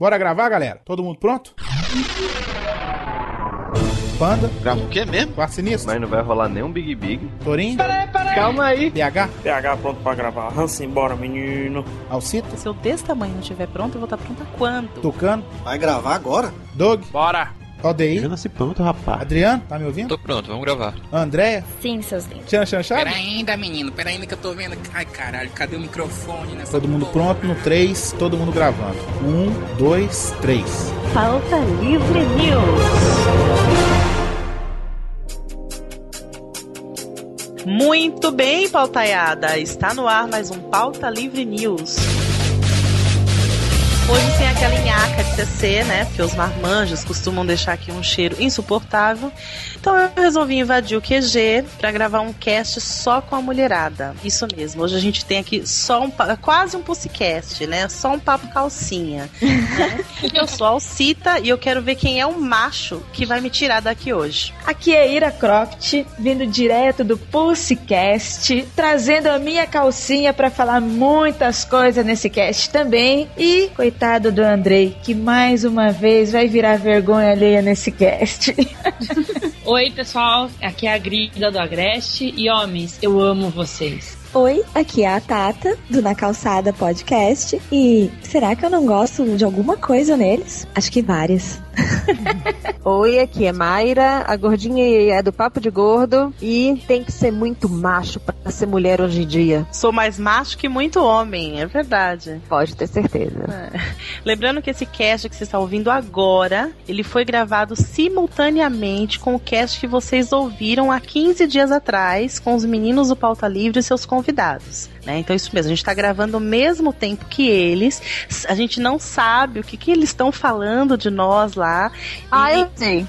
Bora gravar, galera? Todo mundo pronto? Panda. Grava o quê mesmo? Quarto Sinistro. Mas não vai rolar nenhum Big Big. Torinho. Peraí. Calma aí. PH. PH pronto pra gravar. Hansen, bora, menino. Alcita. Se eu desse tamanho não estiver pronto, eu vou estar pronta quando? Tucano. Vai gravar agora? Doug. Bora. ODI. Eu nasci pronto, rapaz. Adriano, tá me ouvindo? Tô pronto, vamos gravar. Andréia. Sim, seus lindos. Tchan Chanchado. Pera ainda, menino, pera ainda que eu tô vendo. Ai, caralho, cadê o microfone nessa Todo mundo porra? pronto no 3, todo mundo gravando. 1, 2, 3. Pauta Livre News. Muito bem, pautaiada. Está no ar mais um Pauta Livre News. Hoje sem aquela nhaca de CC, né? Porque os marmanjos costumam deixar aqui um cheiro insuportável. Então eu resolvi invadir o QG pra gravar um cast só com a mulherada. Isso mesmo. Hoje a gente tem aqui só quase um Pussycast, né? Só um papo calcinha. Né? Eu sou a Alcita e eu quero ver quem é o macho que vai me tirar daqui hoje. Aqui é Ira Croft, vindo direto do Pussycast, trazendo a minha calcinha pra falar muitas coisas nesse cast também. E coitado do Andrei, que mais uma vez vai virar vergonha alheia nesse cast. Oi, pessoal, aqui é a Grida do Agreste e homens, eu amo vocês. Oi, aqui é a Tata, do Na Calçada Podcast. E será que eu não gosto de alguma coisa neles? Acho que várias. Oi, aqui é Mayra, a gordinha é do Papo de Gordo e tem que ser muito macho pra ser mulher hoje em dia. Sou mais macho que muito homem, é verdade. Pode ter certeza. Lembrando que esse cast que você está ouvindo agora, ele foi gravado simultaneamente com o cast que vocês ouviram há 15 dias atrás, com os meninos do Pauta Livre e seus convidados. Né? Então isso mesmo, a gente está gravando ao mesmo tempo que eles, a gente não sabe o que eles estão falando de nós lá. Eu sei.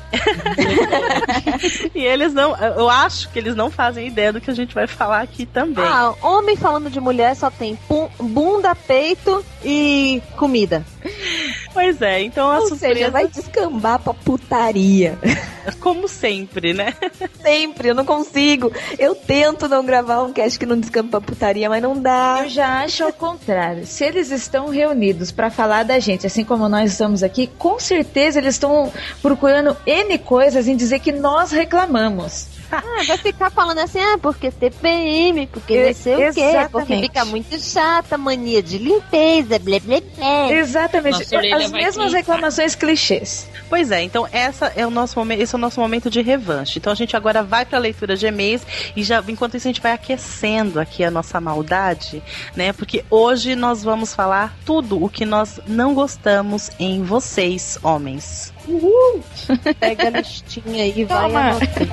E eles não, eu acho que eles não fazem ideia do que a gente vai falar aqui também. Homem falando de mulher só tem bunda, peito e comida. Pois é, então a surpresa... Ou seja, vai descambar pra putaria. Como sempre, né? Sempre, eu não consigo. Eu tento não gravar um cast que não descamba pra putaria, mas não dá. Eu já acho ao contrário. Se eles estão reunidos pra falar da gente, assim como nós estamos aqui, com certeza eles estão procurando N coisas em dizer que nós reclamamos. Vai ficar falando assim, porque TPM, porque não sei o quê, porque fica muito chata, mania de limpeza, blé, blé, blé. Exatamente, Nossa, as mesmas reclamações clichês. Pois é, então esse é o nosso momento de revanche. Então a gente agora vai pra leitura de e-mails e já, enquanto isso a gente vai aquecendo aqui a nossa maldade, né? Porque hoje nós vamos falar tudo o que nós não gostamos em vocês, homens. Uhul! Pega a listinha aí e vai anotando.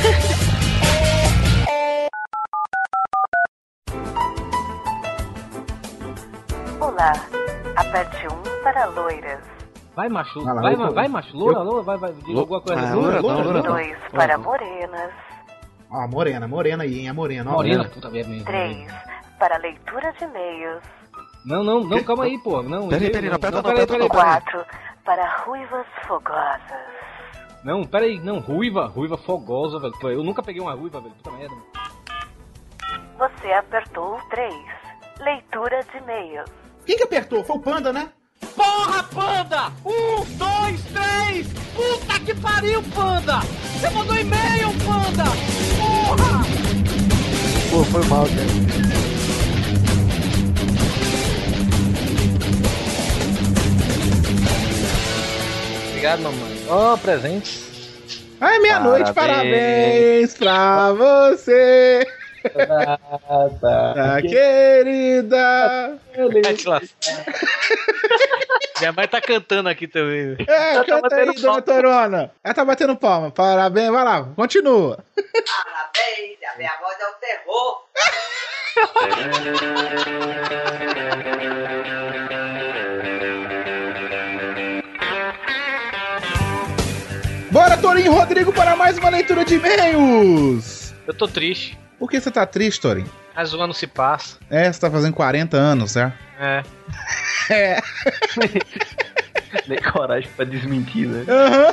Olá, aperte 1 para loiras. Vai, macho. Vai, macho. Loura, vai. Diga alguma coisa. Loura. 2 para morenas. Morena aí, hein? A morena. Morena, puta merda. 3 para leitura de e-mails. Não, calma aí, pô. Não, Peraí, não, não aperta peraí. 4 para ruivas fogosas. Não, peraí, ruiva fogosa, velho. Eu nunca peguei uma ruiva, velho. Puta merda. Você apertou 3. Leitura de e-mails. Quem que apertou? Foi o Panda, né? Porra, Panda! 1, 2, 3! Puta que pariu, Panda! Você mandou e-mail, Panda! Porra! Pô, foi mal, cara. Obrigado, mamãe. Presente. Ai, meia-noite, parabéns pra você! Querida! Minha mãe tá cantando aqui também. Canta aí, dona Torona. Ela tá batendo palma. Parabéns, vai lá, continua. Parabéns, a minha voz é o terror. Bora, Torinho Rodrigo, para mais uma leitura de e-mails. Eu tô triste. Por que você tá triste, Torinho? Mas o ano se passa. Você tá fazendo 40 anos, certo? É. Nem coragem pra desmentir, né?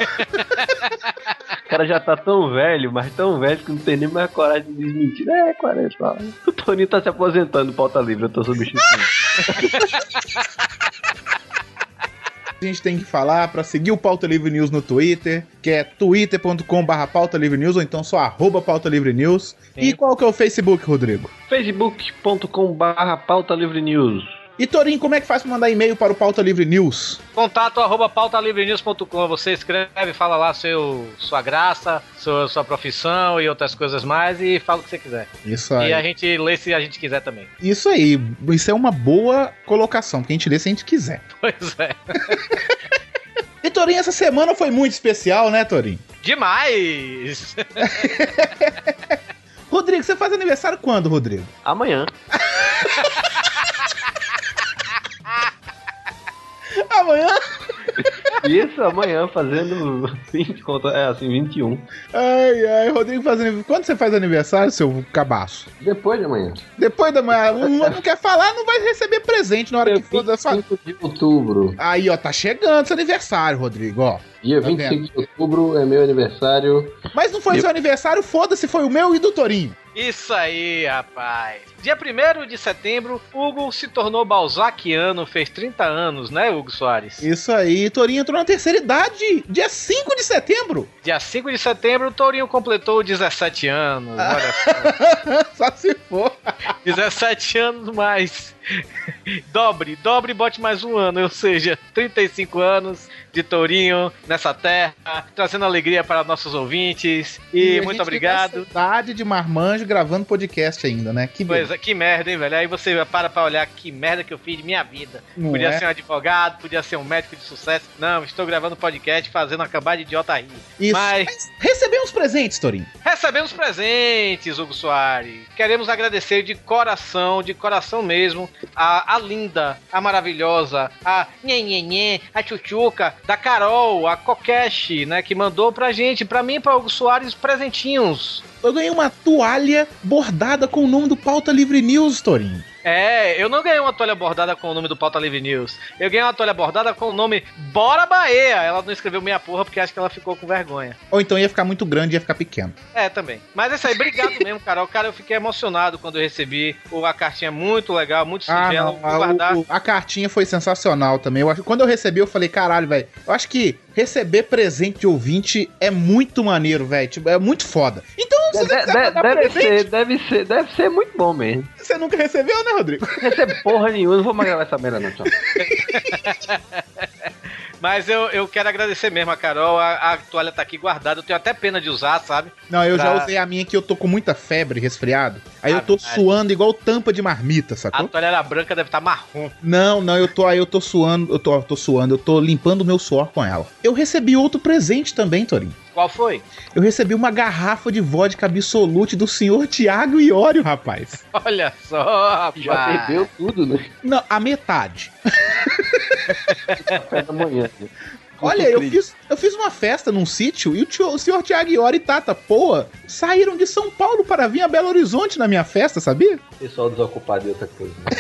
O cara já tá tão velho, mas tão velho que não tem nem mais coragem de desmentir. 40 anos. O Toninho tá se aposentando, pauta livre, eu tô substituindo. a gente tem que falar pra seguir o Pauta Livre News no Twitter, que é twitter.com/Pauta Livre News, ou então só @Pauta Livre News. E qual que é o Facebook, Rodrigo? facebook.com/Pauta Livre News. E Torinho, como é que faz pra mandar e-mail para o Pauta Livre News? contato@pautalivrenews.com. Você escreve, fala lá sua graça, sua profissão e outras coisas mais e fala o que você quiser. Isso aí. E a gente lê se a gente quiser também. Isso aí. Isso é uma boa colocação, porque a gente lê se a gente quiser. Pois é. E Torinho, essa semana foi muito especial, né, Torinho? Demais! Rodrigo, você faz aniversário quando, Rodrigo? Amanhã. Amanhã? Isso, amanhã, fazendo 21. Ai, Rodrigo fazendo... Quando você faz aniversário, seu cabaço? Depois de amanhã. Depois da manhã. Não quer falar, não vai receber presente na hora que for da sua... 25 de outubro. Aí, ó, tá chegando seu aniversário, Rodrigo, ó. Dia 25 de outubro é meu aniversário. Mas não foi seu aniversário, foda-se, foi o meu e do Torinho. Isso aí, rapaz. Dia 1º de setembro, Hugo se tornou balzaquiano, fez 30 anos, né, Hugo Soares? Isso aí, Torinho entrou na terceira idade, dia 5 de setembro. Dia 5 de setembro, o Torinho completou 17 anos, olha só. Só se for. 17 anos mais. Dobre, bote mais um ano, ou seja, 35 anos de Torinho nessa terra, trazendo alegria para nossos ouvintes. E muito obrigado. Cidade de Marmanjo gravando podcast ainda, né? Que merda, hein, velho? Aí você para olhar que merda que eu fiz de minha vida. Não podia é? ser um advogado, podia ser um médico de sucesso. Não, estou gravando podcast fazendo acabar de idiota rir. Isso. Mas recebemos presentes, Torinho. Recebemos presentes, Hugo Soares. Queremos agradecer de coração mesmo, a linda, a maravilhosa, a nhenhenhê, a tchutchuca, da Carol, a Kokeshi, né, que mandou pra gente, pra mim e pra Hugo Soares, presentinhos. Eu ganhei uma toalha bordada com o nome do Pauta Livre News, Torinho. É, eu não ganhei uma toalha bordada com o nome do Pauta Livre News. Eu ganhei uma toalha bordada com o nome Bora Bahia. Ela não escreveu meia porra porque acho que ela ficou com vergonha. Ou então ia ficar muito grande e ia ficar pequeno. É, também. Mas é isso aí, obrigado mesmo, Carol. Cara, eu fiquei emocionado quando eu recebi a cartinha muito legal, muito singela. Vou guardar. A cartinha foi sensacional também. Quando eu recebi, eu falei, caralho, velho. Eu acho que receber presente de ouvinte é muito maneiro, velho. Tipo, é muito foda. Então, deve ser muito bom mesmo. Você nunca recebeu, né, Rodrigo? Recebe porra nenhuma, não vou mais gravar essa merda não, tchau. Mas eu quero agradecer mesmo a Carol, a toalha tá aqui guardada, eu tenho até pena de usar, sabe? Não, eu já usei a minha que eu tô com muita febre, resfriado. Aí eu tô suando igual tampa de marmita, sacou? A toalha era branca, deve estar marrom. Não, eu tô suando, eu tô limpando o meu suor com ela. Eu recebi outro presente também, Torinho. Qual foi? Eu recebi uma garrafa de vodka Absolute do senhor Tiago Iório, rapaz. Olha só, rapaz. Já bebeu tudo, né? Não, a metade. Café da manhã. Olha, eu fiz uma festa num sítio e o senhor Tiago Iório e Tata Poa saíram de São Paulo para vir a Belo Horizonte na minha festa, sabia? Pessoal desocupado e outra coisa. Né?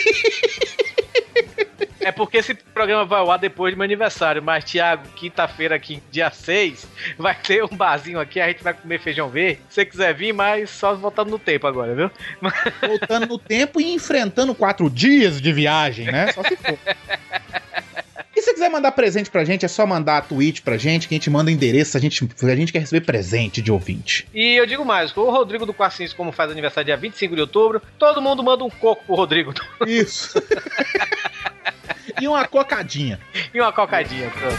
É porque esse programa vai ao ar depois do meu aniversário, mas, Thiago, quinta-feira aqui, dia 6, vai ter um barzinho aqui, a gente vai comer feijão verde. Se você quiser vir, mas só voltando no tempo agora, viu? Voltando no tempo e enfrentando 4 dias de viagem, né? Só se for. E se você quiser mandar presente pra gente, é só mandar a tweet pra gente, que a gente manda endereço, a gente quer receber presente de ouvinte. E eu digo mais, o Rodrigo do Quarcins, como faz aniversário dia 25 de outubro, todo mundo manda um coco pro Rodrigo. Isso. E uma cocadinha. Pronto.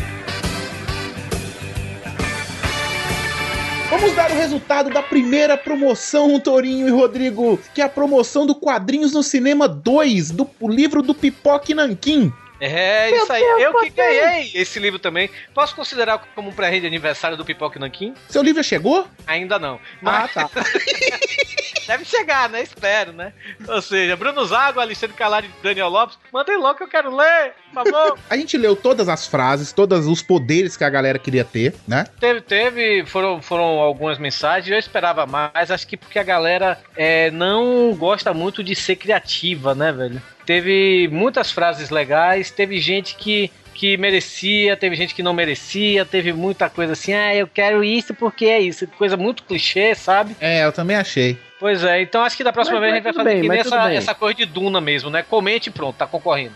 Vamos dar o resultado da primeira promoção, Torinho e Rodrigo, que é a promoção do Quadrinhos no Cinema 2, do livro do Pipoque Nanquim. É, isso aí. Eu que ganhei esse livro também. Posso considerar como um presente de aniversário do Pipoque Nanquim? Seu livro já chegou? Ainda não. Mas... tá. Deve chegar, né? Espero, né? Ou seja, Bruno Zago, Alexandre Calari e Daniel Lopes. Mandem logo que eu quero ler, por favor. A gente leu todas as frases, todos os poderes que a galera queria ter, né? Foram algumas mensagens. Eu esperava mais. Acho que porque a galera não gosta muito de ser criativa, né, velho? Teve muitas frases legais, teve gente que merecia, teve gente que não merecia, teve muita coisa assim, eu quero isso porque é isso, coisa muito clichê, sabe? Eu também achei. Pois é, então acho que da próxima vez a gente vai fazer que nem essa coisa de Duna mesmo, né? Comente e pronto, tá concorrendo.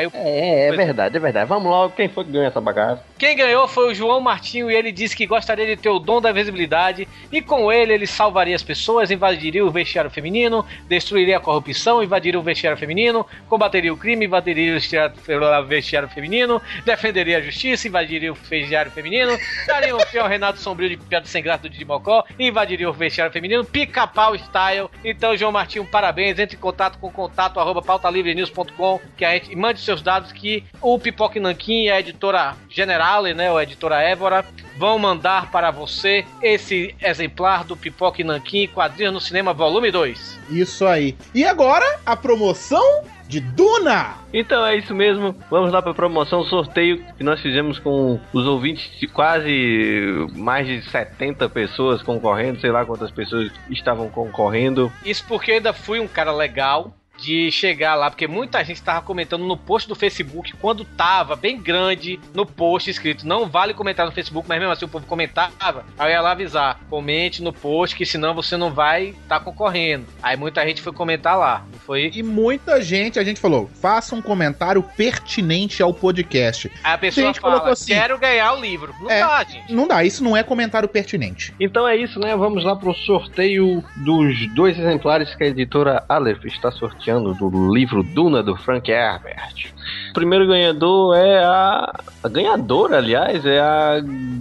É verdade. Vamos logo, quem foi que ganhou essa bagaça? Quem ganhou foi o João Martinho e ele disse que gostaria de ter o dom da visibilidade e com ele salvaria as pessoas, invadiria o vestiário feminino, destruiria a corrupção, invadiria o vestiário feminino, combateria o crime, invadiria o vestiário feminino, defenderia a justiça, invadiria o vestiário feminino, daria um fio ao Renato Sombrio de Piada Sem Graça do Didi Mocó, invadiria o vestiário feminino, pica-pau style. Então, João Martinho, parabéns, entre em contato com contato@pautalivrenews.com, que a gente mande seus dados que o Pipoca e Nanquim e a editora Generale, né, ou a editora Évora, vão mandar para você esse exemplar do Pipoca e Nanquim, Quadrinhos no Cinema, volume 2. Isso aí. E agora, a promoção de Duna! Então é isso mesmo, vamos lá para a promoção, sorteio que nós fizemos com os ouvintes de quase mais de 70 pessoas concorrendo, sei lá quantas pessoas estavam concorrendo. Isso porque eu ainda fui um cara legal de chegar lá, porque muita gente tava comentando no post do Facebook, quando tava bem grande no post escrito, não vale comentar no Facebook, mas mesmo assim o povo comentava, aí eu ia lá avisar, comente no post, que senão você não vai estar concorrendo. Aí muita gente foi comentar lá, não foi? E muita gente, a gente falou, faça um comentário pertinente ao podcast. Aí a pessoa fala, assim, quero ganhar o livro. Não dá, gente. Não dá, isso não é comentário pertinente. Então é isso, né? Vamos lá pro sorteio dos 2 exemplares que a editora Aleph está sorteando do livro Duna, do Frank Herbert. O primeiro ganhador é a ganhadora, aliás, é a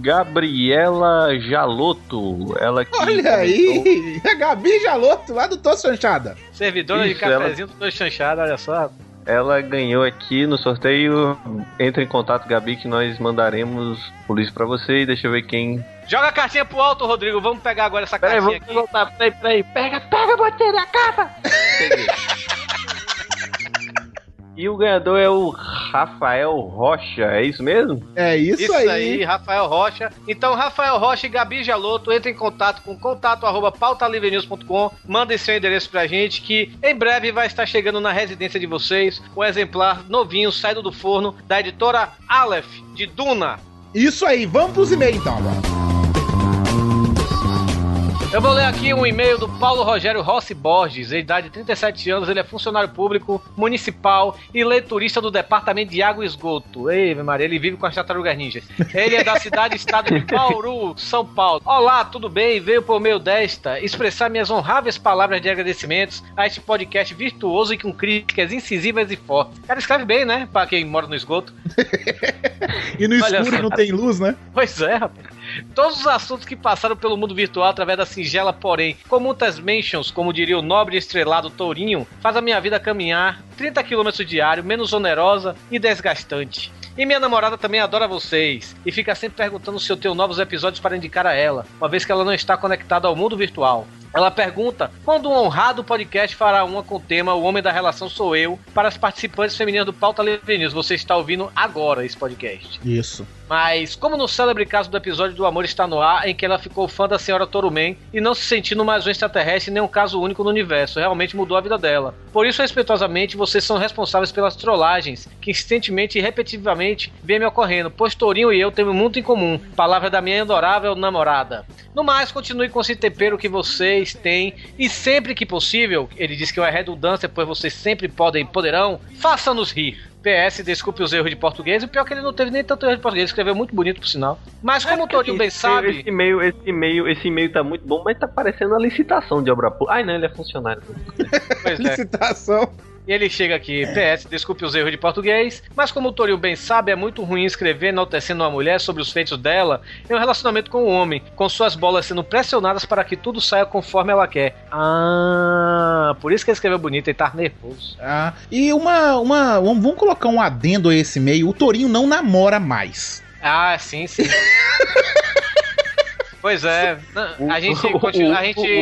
Gabriela Jalotto. Ela que olha aí, a Gabi Jalotto, lá do Tô Chanchada. Servidora de cafezinho do Tô Chanchada, olha só. Ela ganhou aqui no sorteio. Entra em contato, Gabi, que nós mandaremos o livro pra você. E deixa eu ver quem... Joga a cartinha pro alto, Rodrigo. Vamos pegar agora essa cartinha aqui. Voltar. Peraí. Pega, botei na capa. E o ganhador é o Rafael Rocha, é isso mesmo? É isso aí, Rafael Rocha. Então, Rafael Rocha e Gabi Jalotto, entrem em contato com contato@pautalivrenews.com, mandem seu endereço pra gente, que em breve vai estar chegando na residência de vocês um exemplar novinho, saído do forno, da editora Aleph, de Duna. Isso aí, vamos pros e-mails então agora. Eu vou ler aqui um e-mail do Paulo Rogério Rossi Borges, idade de 37 anos, ele é funcionário público, municipal e leiturista do Departamento de Água e Esgoto. Ei, Maria, ele vive com as tartarugas ninjas. Ele é da cidade e estado de Bauru, São Paulo. Olá, tudo bem? Veio por meio desta expressar minhas honráveis palavras de agradecimentos a este podcast virtuoso e com críticas incisivas e fortes. O cara escreve bem, né? Pra quem mora no esgoto. E no escuro não tem luz, né? Pois é, rapaz. Todos os assuntos que passaram pelo mundo virtual através da singela, porém, com muitas mentions, como diria o nobre e estrelado Tourinho, faz a minha vida caminhar 30 km diário, menos onerosa e desgastante. E minha namorada também adora vocês e fica sempre perguntando se eu tenho novos episódios para indicar a ela, uma vez que ela não está conectada ao mundo virtual. Ela pergunta quando um honrado podcast fará uma com o tema O Homem da Relação Sou Eu para as participantes femininas do Pauta Livre News. Você está ouvindo agora esse podcast. Isso. Mas, como no célebre caso do episódio do Amor Está No Ar, em que ela ficou fã da senhora Toruman e não se sentindo mais um extraterrestre nem um caso único no universo, realmente mudou a vida dela. Por isso, respeitosamente, vocês são responsáveis pelas trollagens que insistentemente e repetitivamente vêm me ocorrendo, pois Tourinho e eu temos muito em comum. Palavra da minha adorável namorada. No mais, continue com esse tempero que vocês têm e sempre que possível, ele diz que é redundância, pois vocês sempre podem e poderão, façam-nos rir. PS, desculpe os erros de português. O pior é que ele não teve nem tanto erro de português. Escreveu muito bonito, por sinal. Mas como o Tourinho bem sabe... Esse e-mail tá muito bom, mas tá parecendo uma licitação de obra pública. Ai, não, ele é funcionário. Pois é. Licitação. E ele chega aqui, PS, desculpe os erros de português, mas como o Tourinho bem sabe, é muito ruim escrever enaltecendo uma mulher sobre os feitos dela em um relacionamento com um homem, com suas bolas sendo pressionadas para que tudo saia conforme ela quer. Ah, por isso que ele escreveu bonito, ele tá nervoso. Ah, e vamos colocar um adendo a esse e-mail, o Tourinho não namora mais. Ah, sim. Pois é, a gente continua,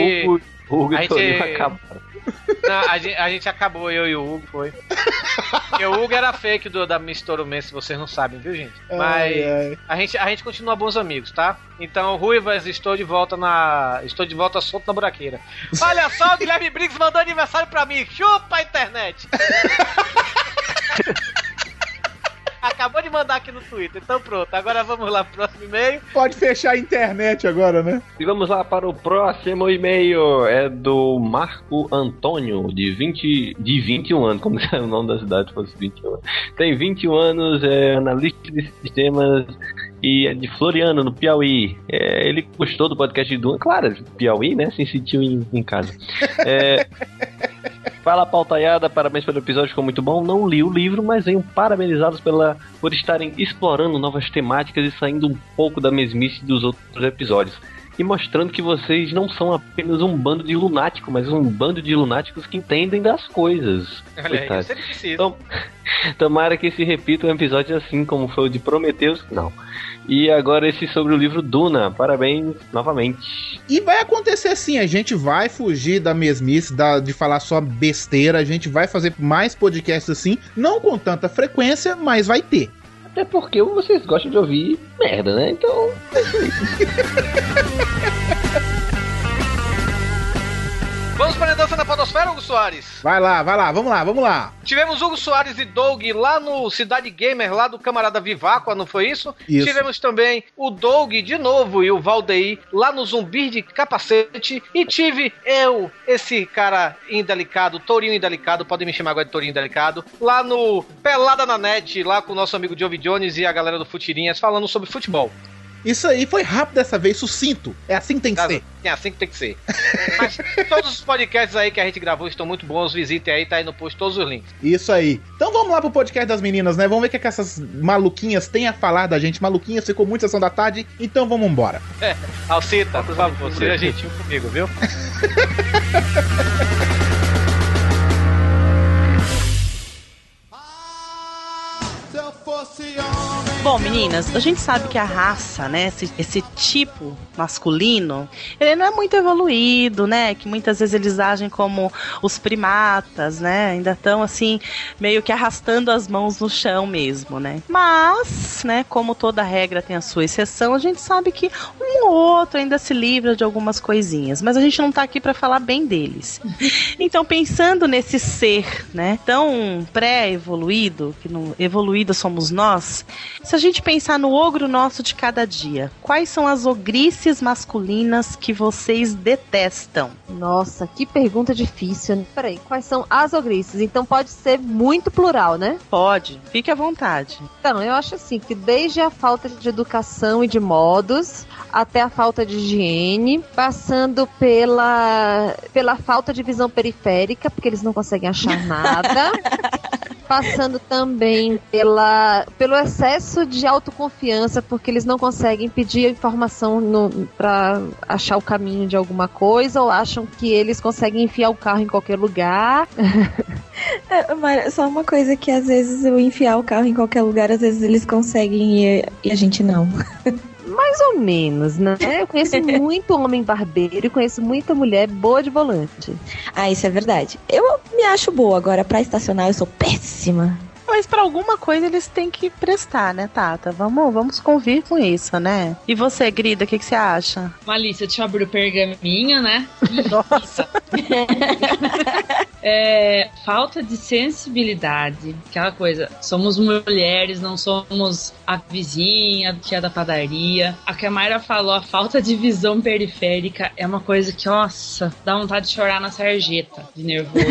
a gente acabou, eu e o Hugo, foi. Porque o Hugo era fake da Miss Toruman, se vocês não sabem, viu, gente? Mas a gente continua bons amigos, tá? Então, Ruivas, estou de volta solto na buraqueira. Olha só, o Guilherme Briggs mandou aniversário pra mim. Chupa a internet! Acabou de mandar aqui no Twitter, então pronto. Agora vamos lá pro próximo e-mail. Pode fechar a internet agora, né? E vamos lá para o próximo e-mail. É do Marco Antônio, de 21 anos, como se o nome da cidade fosse 21 anos. Tem 21 anos, é analista de sistemas e é de Floriano, no Piauí. Ele gostou do podcast de Duna, claro, Piauí, né? Se sentiu em casa. Fala, pautaiada, parabéns pelo episódio, ficou muito bom. Não li o livro, mas venho parabenizá-los por estarem explorando novas temáticas e saindo um pouco da mesmice dos outros episódios. E mostrando que vocês não são apenas um bando de lunáticos, mas um bando de lunáticos que entendem das coisas. Olha aí, isso é difícil. Então, tomara que se repita um episódio assim como foi o de Prometheus. Não. E agora esse sobre o livro Duna. Parabéns novamente. E vai acontecer sim, a gente vai fugir da mesmice, de falar só besteira, a gente vai fazer mais podcasts assim, não com tanta frequência, mas vai ter. Até porque vocês gostam de ouvir merda, né? Então... Vamos para a dança da podosfera, Hugo Soares? Vai lá, vamos lá. Tivemos Hugo Soares e Doug lá no Cidade Gamer, lá do camarada Viváqua, não foi isso? Isso. Tivemos também o Doug de novo e o Valdeir lá no Zumbi de Capacete. E tive eu, esse cara indelicado, Tourinho Indelicado, podem me chamar agora de Tourinho Indelicado, lá no Pelada na Net, lá com o nosso amigo Diogo Jones e a galera do Futirinhas, falando sobre futebol. Isso aí foi rápido dessa vez, sucinto. É assim que tem que ser. É assim que tem que ser. Mas todos os podcasts aí que a gente gravou estão muito bons. Visitem aí, tá aí no post todos os links. Isso aí. Então vamos lá pro podcast das meninas, né? Vamos ver o que essas maluquinhas têm a falar da gente. Maluquinhas, ficou muito sessão da tarde, então vamos embora. Alcita, por favor, seja gentil comigo, viu? Bom, meninas, a gente sabe que a raça, né, esse tipo masculino, ele não é muito evoluído, né, que muitas vezes eles agem como os primatas, né, ainda estão assim, meio que arrastando as mãos no chão mesmo, né. Mas, né, como toda regra tem a sua exceção, a gente sabe que um ou outro ainda se livra de algumas coisinhas, mas a gente não tá aqui pra falar bem deles. Então, pensando nesse ser, né, tão pré-evoluído, que não evoluído somos nós, se a gente pensar no ogro nosso de cada dia, quais são as ogrices masculinas que vocês detestam? Nossa, que pergunta difícil. Peraí, quais são as ogrices? Então pode ser muito plural, né? Pode, fique à vontade. Então, eu acho assim, que desde a falta de educação e de modos, até a falta de higiene, passando pela falta de visão periférica, porque eles não conseguem achar nada. Passando também pelo excesso de autoconfiança, porque eles não conseguem pedir informação pra achar o caminho de alguma coisa, ou acham que eles conseguem enfiar o carro em qualquer lugar. Só uma coisa que às vezes eu enfiar o carro em qualquer lugar, às vezes eles conseguem e a gente não. Mais ou menos, né? Eu conheço muito homem barbeiro e conheço muita mulher boa de volante. Ah, isso é verdade. Eu me acho boa, agora pra estacionar eu sou péssima. Mas pra alguma coisa eles têm que prestar, né, Tata? Vamos convir com isso, né? E você, Grida, o que você acha? Malícia, deixa eu abrir o pergaminho, né? Nossa! Falta de sensibilidade. Aquela coisa, somos mulheres, não somos a vizinha, a tia da padaria. A que a Mayra falou, a falta de visão periférica é uma coisa que, nossa, dá vontade de chorar na sarjeta, de nervoso.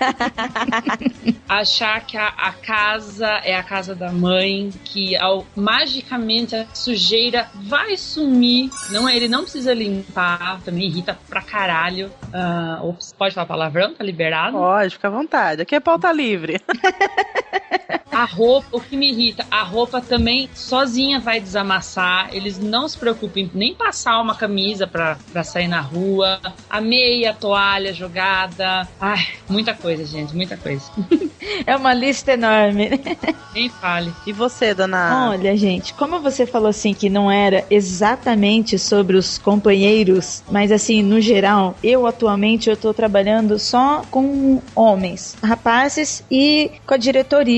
Achar que a casa é a casa da mãe, que magicamente a sujeira vai sumir. Ele não precisa limpar, também irrita pra caralho. Ops, pode falar palavrão? Tá liberado? Pode, fica à vontade. Aqui é pauta livre. A roupa, o que me irrita, a roupa também sozinha vai desamassar. Eles não se preocupem em nem passar uma camisa pra sair na rua. A meia, a toalha jogada. Ai, muita coisa, gente, muita coisa. É uma lista enorme. Nem fale. E você, dona? Olha, gente, como você falou assim que não era exatamente sobre os companheiros, mas assim, no geral, eu atualmente eu tô trabalhando só com homens, rapazes e com a diretoria, pessoal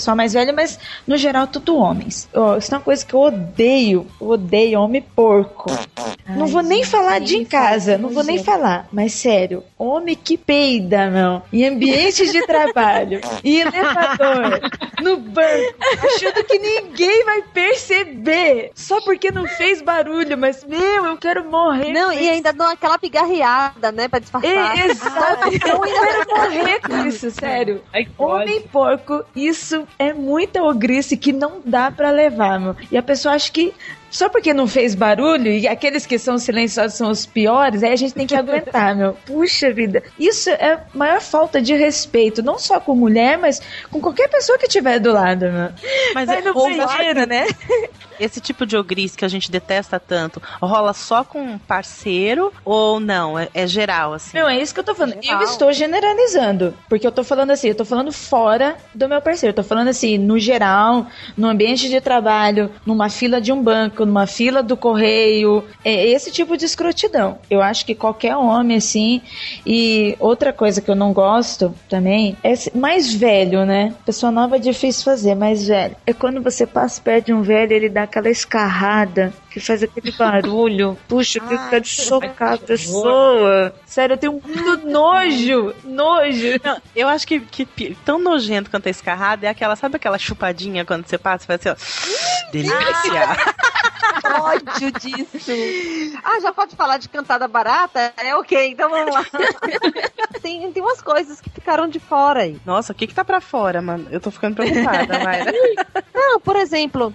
pessoal mais velho, mas no geral tudo homens. Isso é uma coisa que eu odeio homem porco. Não vou nem falar de em casa, não vou nem falar, mas sério, homem que peida, não, em ambiente de trabalho, em elevador, no banco, achando que ninguém vai perceber, só porque não fez barulho, mas, eu quero morrer. Não, e ainda dão aquela pigarreada, né, pra disfarçar. Exato, eu quero morrer com isso, sério. Homem porco, isso é muita ogrice que não dá pra levar, meu. E a pessoa acha que só porque não fez barulho, e aqueles que são silenciosos são os piores, aí a gente tem que aguentar, meu. Puxa vida. Isso é a maior falta de respeito, não só com mulher, mas com qualquer pessoa que estiver do lado, meu. Mas vai no banheiro, né? Esse tipo de ogrice que a gente detesta tanto, rola só com um parceiro ou não? É geral, assim? Não, é isso que eu tô falando. Eu estou generalizando, porque eu tô falando assim, eu tô falando fora do meu parceiro. Eu tô falando assim, no geral, no ambiente de trabalho, numa fila de um banco, numa fila do correio, é esse tipo de escrotidão. Eu acho que qualquer homem, assim, e outra coisa que eu não gosto também, é mais velho, né? Pessoa nova é difícil fazer, mais velho. É quando você passa perto de um velho, ele dá aquela escarrada, que faz aquele barulho. Puxa, eu tenho vontade de socar a pessoa. Sério, eu tenho muito nojo. Não, eu acho que tão nojento quanto a escarrada é aquela, sabe aquela chupadinha quando você passa e faz assim, ó, delícia. Ódio disso. Já pode falar de cantada barata? É ok, então vamos lá. Tem umas coisas que ficaram de fora aí. Nossa, o que tá pra fora, mano? Eu tô ficando preocupada, Mayra. Não, por exemplo,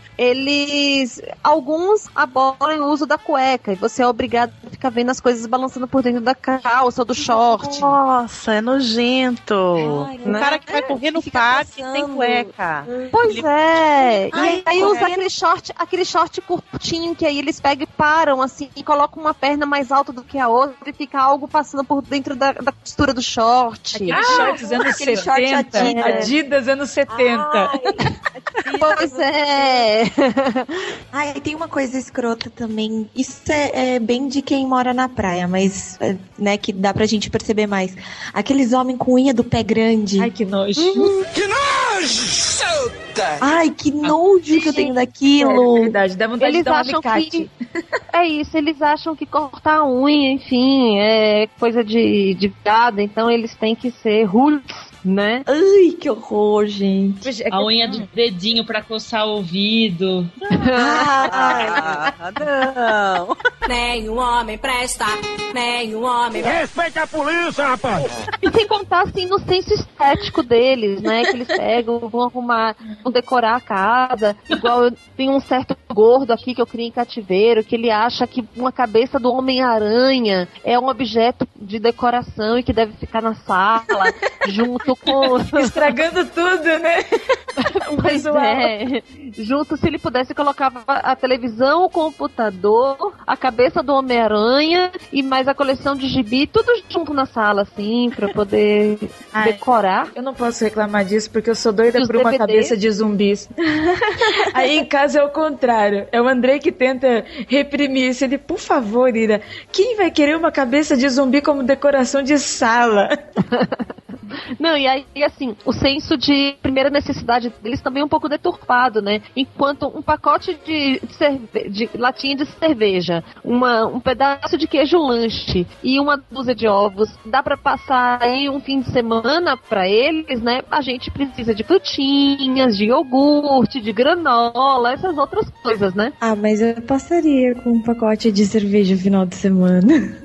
alguns abolam o uso da cueca e você é obrigado a ficar vendo as coisas balançando por dentro da calça ou do short. Nossa, é nojento. O cara que vai correr no parque sem cueca. Pois é. E aí usa aquele short curtinho que aí eles pegam e param assim e colocam uma perna mais alta do que a outra e fica algo passando por dentro da costura do short. Aqueles shorts anos 70. Adidas anos 70. Pois é. Tem uma coisa escrota também. Isso é bem de quem mora na praia, mas né, que dá pra gente perceber mais. Aqueles homens com unha do pé grande. Ai, que nojo. Que nojo! Ai, que nojo que eu tenho daquilo. É verdade, dá vontade de dar um alicate. É isso, eles acham que cortar a unha, enfim, é coisa de viado, então eles têm que ser roots, né? Ai, que horror, gente. A unha do dedinho pra coçar o ouvido. Não. Nenhum homem presta, nenhum homem... Respeita a polícia, rapaz! E sem contar, assim, no senso estético deles, né? Que eles pegam, vão arrumar, vão decorar a casa. Igual tem um certo gordo aqui que eu criei em cativeiro, que ele acha que uma cabeça do Homem-Aranha é um objeto de decoração e que deve ficar na sala, junto com... Estragando tudo, né? Pois é. Junto, se ele pudesse, colocava a televisão, o computador, a cabeça do Homem-Aranha e mais a coleção de gibi, tudo junto na sala, assim, pra poder decorar. Eu não posso reclamar disso, porque eu sou doida por uma cabeça de zumbis. Aí em casa é o contrário. É o Andrei que tenta reprimir isso. Ele, por favor, Ira, quem vai querer uma cabeça de zumbi como decoração de sala? Não, e aí, assim, o senso de primeira necessidade deles também é um pouco deturpado, né? Enquanto um pacote de latinha de cerveja, um pedaço de queijo lanche e uma dúzia de ovos, dá pra passar aí um fim de semana pra eles, né? A gente precisa de frutinhas, de iogurte, de granola, essas outras coisas, né? Mas eu passaria com um pacote de cerveja no final de semana.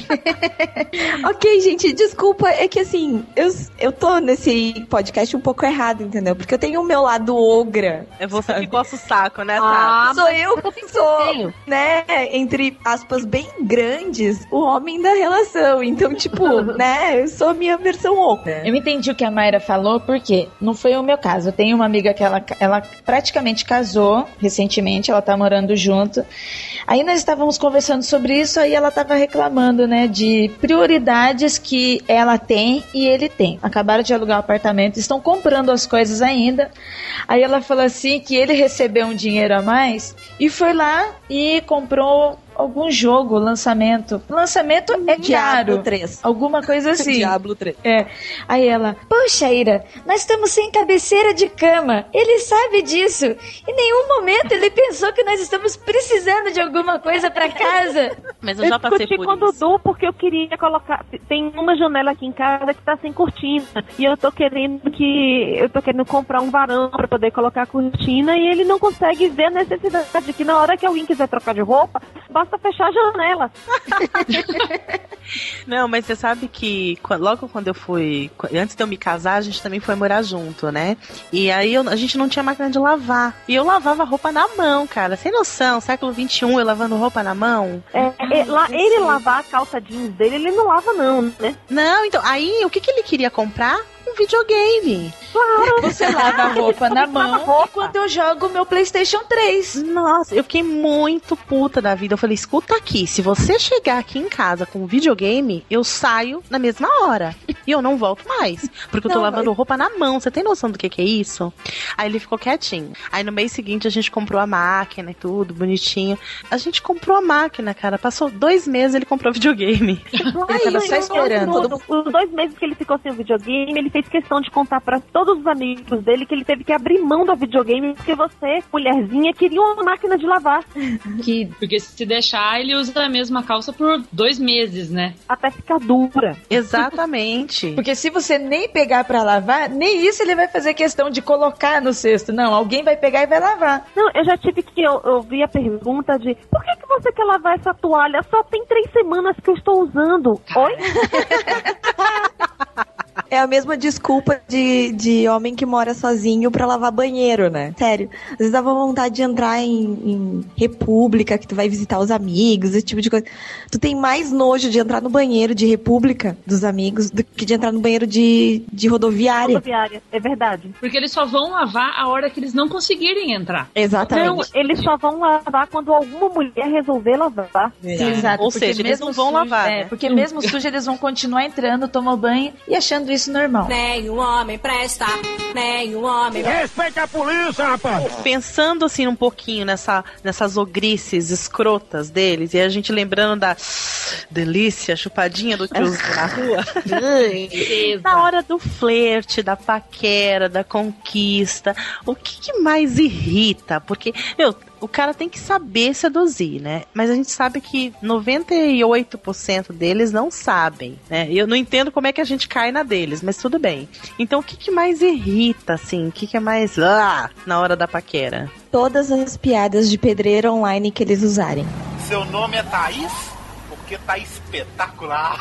Ok, gente, desculpa, é que assim, eu tô nesse podcast um pouco errado, entendeu? Porque eu tenho o meu lado ogra. É você que gosta o saco, né, sou eu que sou, né, entre aspas, bem grandes, o homem da relação. Então, tipo, né, eu sou a minha versão ogra. Eu entendi o que a Mayra falou, porque não foi o meu caso. Eu tenho uma amiga que ela praticamente casou recentemente, ela tá morando junto. Aí nós estávamos conversando sobre isso, aí ela tava reclamando, né, de prioridades que ela tem e ele tem. Acabaram de alugar um apartamento, estão comprando as coisas ainda. Aí ela falou assim que ele recebeu um dinheiro a mais e foi lá e comprou algum jogo, lançamento. Lançamento é Diablo caro. 3. Alguma coisa assim. Diablo 3. É. Aí ela, poxa, Ira, nós estamos sem cabeceira de cama. Ele sabe disso. Em nenhum momento ele pensou que nós estamos precisando de alguma coisa pra casa. Mas eu já passei discuti por com o isso. Dudu porque eu queria colocar. Tem uma janela aqui em casa que tá sem cortina. E eu tô querendo comprar um varão pra poder colocar a cortina e ele não consegue ver a necessidade de que na hora que alguém quiser trocar de roupa, basta fechar a janela. Não, mas você sabe que logo quando eu fui, antes de eu me casar, a gente também foi morar junto, né? E aí a gente não tinha máquina de lavar. E eu lavava roupa na mão, cara. Sem noção, século XXI, eu lavando roupa na mão. Ele lavar a calça jeans dele, ele não lava não, né? Não, então, aí o que ele queria comprar? Um videogame. Claro. Você lava a roupa na mão enquanto eu jogo meu PlayStation 3. Nossa, eu fiquei muito puta da vida. Eu falei, escuta aqui, se você chegar aqui em casa com um videogame, eu saio na mesma hora. E eu não volto mais. Porque eu tô lavando roupa na mão. Você tem noção do que é isso? Aí ele ficou quietinho. Aí no mês seguinte a gente comprou a máquina e tudo, bonitinho. A gente comprou a máquina, cara. Passou 2 meses ele comprou videogame. Ele tava só esperando. Os 2 meses que ele ficou sem o videogame, ele fez questão de contar pra todos os amigos dele que ele teve que abrir mão do videogame porque você, mulherzinha, queria uma máquina de lavar. Porque se deixar, ele usa a mesma calça por 2 meses, né? Até ficar dura. Exatamente. Porque se você nem pegar pra lavar, nem isso ele vai fazer questão de colocar no cesto. Não, alguém vai pegar e vai lavar. Não, eu já tive que ouvir a pergunta de por que você quer lavar essa toalha? Só tem 3 semanas que eu estou usando. Oi? É a mesma desculpa de homem que mora sozinho pra lavar banheiro, né? Sério. Às vezes dava vontade de entrar em república, que tu vai visitar os amigos, esse tipo de coisa. Tu tem mais nojo de entrar no banheiro de república dos amigos do que de entrar no banheiro de rodoviária. Rodoviária, é verdade. Porque eles só vão lavar a hora que eles não conseguirem entrar. Exatamente. Não, eles só vão lavar quando alguma mulher resolver lavar. Exato. Ou seja, eles não vão lavar, né? Porque mesmo sujo, eles vão continuar entrando, tomar banho e achando isso normal. Nenhum homem presta, nenhum homem... Respeita a polícia, rapaz! Pensando assim um pouquinho nessas ogrices escrotas deles, e a gente lembrando da delícia, chupadinha do tio na rua. Na hora do flerte, da paquera, da conquista, o que mais irrita? Porque, o cara tem que saber seduzir, né? Mas a gente sabe que 98% deles não sabem, né? Eu não entendo como é que a gente cai na deles, mas tudo bem. Então, o que mais irrita, assim? O que é mais... na hora da paquera? Todas as piadas de pedreiro online que eles usarem. Seu nome é Thaís? Porque tá espetacular.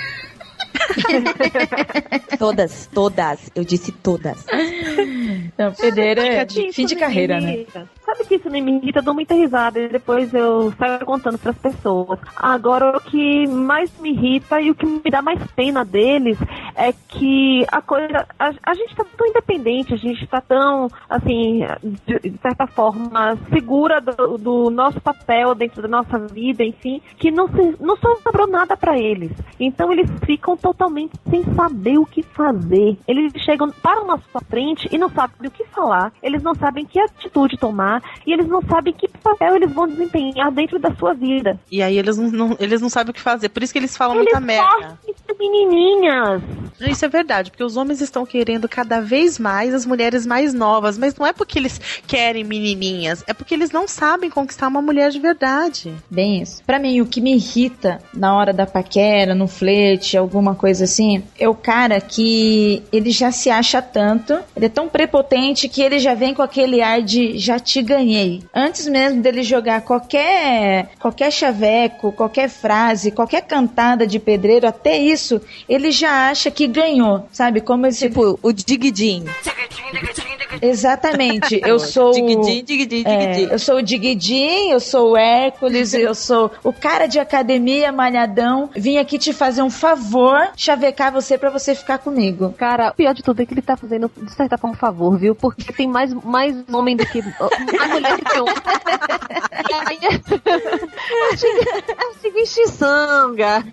Todas. Eu disse todas. Não, pedreiro é fim de carreira, né? Sabe que isso me irrita? Eu dou muita risada e depois eu saio contando pras pessoas. Agora, o que mais me irrita e o que me dá mais pena deles é que a gente tá tão independente, a gente tá tão, assim, de certa forma, segura do nosso papel dentro da nossa vida, enfim, que não sobrou nada pra eles. Então eles ficam totalmente sem saber o que fazer. Eles chegam para na sua frente e não sabem o que falar, eles não sabem que atitude tomar, e eles não sabem que papel eles vão desempenhar dentro da sua vida. E aí eles não sabem o que fazer, por isso que eles falam muita merda. Menininhas. Isso é verdade, porque os homens estão querendo cada vez mais as mulheres mais novas, mas não é porque eles querem menininhas, é porque eles não sabem conquistar uma mulher de verdade. Bem isso. Pra mim, o que me irrita na hora da paquera, no flerte, alguma coisa assim, é o cara que ele já se acha tanto, ele é tão prepotente que ele já vem com aquele ar de já te ganhei. Antes mesmo dele jogar qualquer chaveco, qualquer frase, qualquer cantada de pedreiro, até isso, ele já acha que ganhou, sabe? Como esse... Tipo, o Digidin. Exatamente. Eu sou Digidin. Eu sou o Digidin, eu sou o Hércules, eu sou o cara de academia malhadão. Vim aqui te fazer um favor, chavecar você pra você ficar comigo. Cara, o pior de tudo é que ele tá fazendo, de certa forma, um favor, viu? Porque tem mais homem do que... a mulher do que homem. Achei Mixiçanga.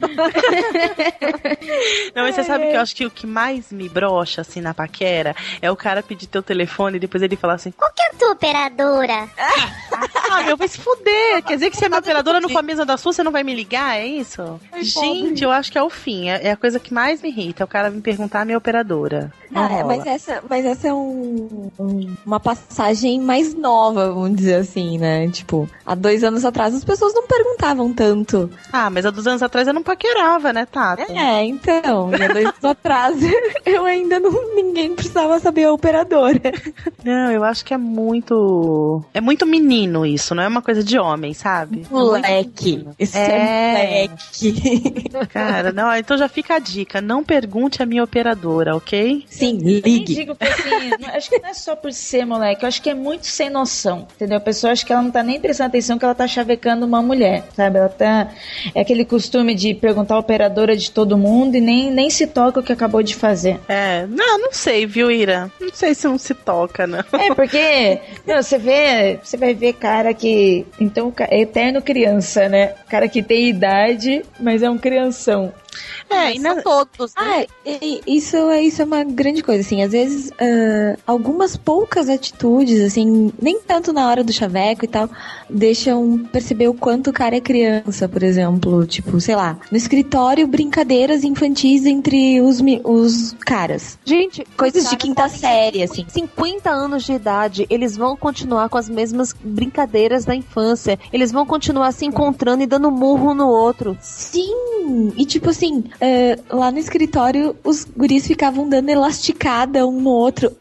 Não, mas você sabe que eu acho que o que mais me brocha, assim, na paquera, é o cara pedir teu telefone e depois ele falar assim, qual que é a tua operadora? Vai se fuder. Quer dizer que se a minha operadora não for a mesma da sua, você não vai me ligar? É isso? Gente, eu acho que é o fim. É a coisa que mais me irrita. É o cara me perguntar a minha operadora. Mas essa é uma passagem mais nova, vamos dizer assim, né? Tipo, há 2 anos atrás as pessoas não perguntavam tanto. Mas há 2 anos atrás eu não paquerava, né, Tata? Então. E há 2 anos atrás eu ainda não... Ninguém precisava saber a operadora. Não, eu acho que é muito... É muito menino isso, não é uma coisa de homem, sabe? Moleque. Isso é moleque. Cara, não, então já fica a dica. Não pergunte a minha operadora, ok? Sim, ligue. Digo que, assim, acho que não é só por ser moleque, eu acho que é muito sem noção, entendeu? A pessoa acha que ela não tá nem prestando atenção que ela tá chavecando uma mulher, sabe? Ela tá... É aquele costume de perguntar a operadora de todo mundo e nem se toca o que acabou de fazer. Não sei, viu, Ira? Não sei se não se toca, não. Porque você vai ver cara que... Então, é eterno criança, né? Cara que tem idade, mas é um crianção. São todos, né? Isso é uma grande coisa, assim, às vezes algumas poucas atitudes, assim, nem tanto na hora do chaveco e tal, deixam perceber o quanto o cara é criança, por exemplo, tipo, sei lá, no escritório, brincadeiras infantis entre os caras. Gente, coisas de quinta série, assim. 50 anos de idade, eles vão continuar com as mesmas brincadeiras da infância, eles vão continuar se encontrando e dando murro no outro. Sim! E tipo assim, lá no escritório, os guris ficavam dando elasticada um no outro.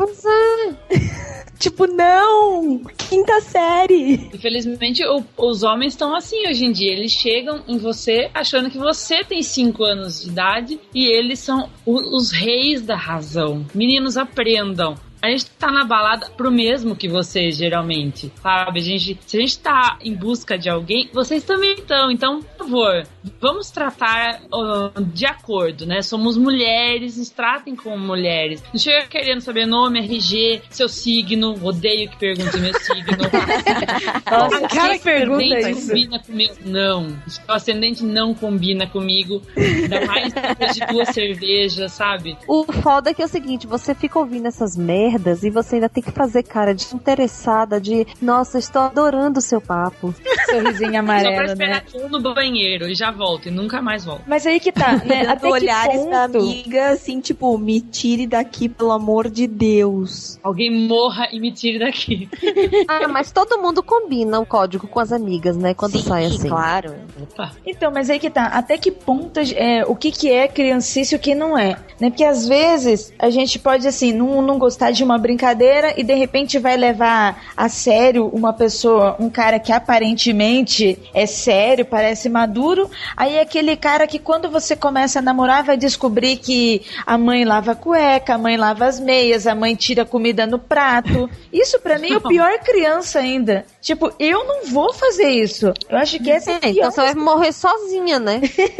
Tipo, não! Quinta série! Infelizmente, os homens estão assim hoje em dia. Eles chegam em você achando que você tem 5 anos de idade e eles são os reis da razão. Meninos, aprendam. A gente tá na balada pro mesmo que vocês, geralmente, sabe? Se a gente tá em busca de alguém, vocês também estão. Então, por favor, vamos tratar de acordo, né? Somos mulheres, nos tratem como mulheres. Não chega querendo saber nome, RG, seu signo. Odeio que perguntem meu signo. Nossa, cara que pergunta isso. Combina comigo? Não. O ascendente não combina comigo. Ainda mais depois de 2 cervejas, sabe? O foda é que é o seguinte, você fica ouvindo essas merdas e você ainda tem que fazer cara de interessada, de nossa, estou adorando o seu papo. Sorrisinho amarelo, só pra esperar que eu no banheiro e já volto, e nunca mais volto. Mas aí que tá, né? Até olhares da amiga, assim, tipo, me tire daqui, pelo amor de Deus. Alguém morra e me tire daqui. Mas todo mundo combina o código com as amigas, né? Quando sai assim. Claro. Opa. Então, mas aí que tá, até que ponto o que é criancice e o que não é, né? Porque às vezes a gente pode, assim, não gostar de uma brincadeira e de repente vai levar a sério uma pessoa, um cara que aparentemente é sério, parece maduro, aí é aquele cara que quando você começa a namorar vai descobrir que a mãe lava a cueca, a mãe lava as meias, a mãe tira comida no prato. Isso pra mim é o pior criança ainda. Tipo, eu não vou fazer isso. Eu acho que essa é a pior. Então você vai morrer sozinha, né?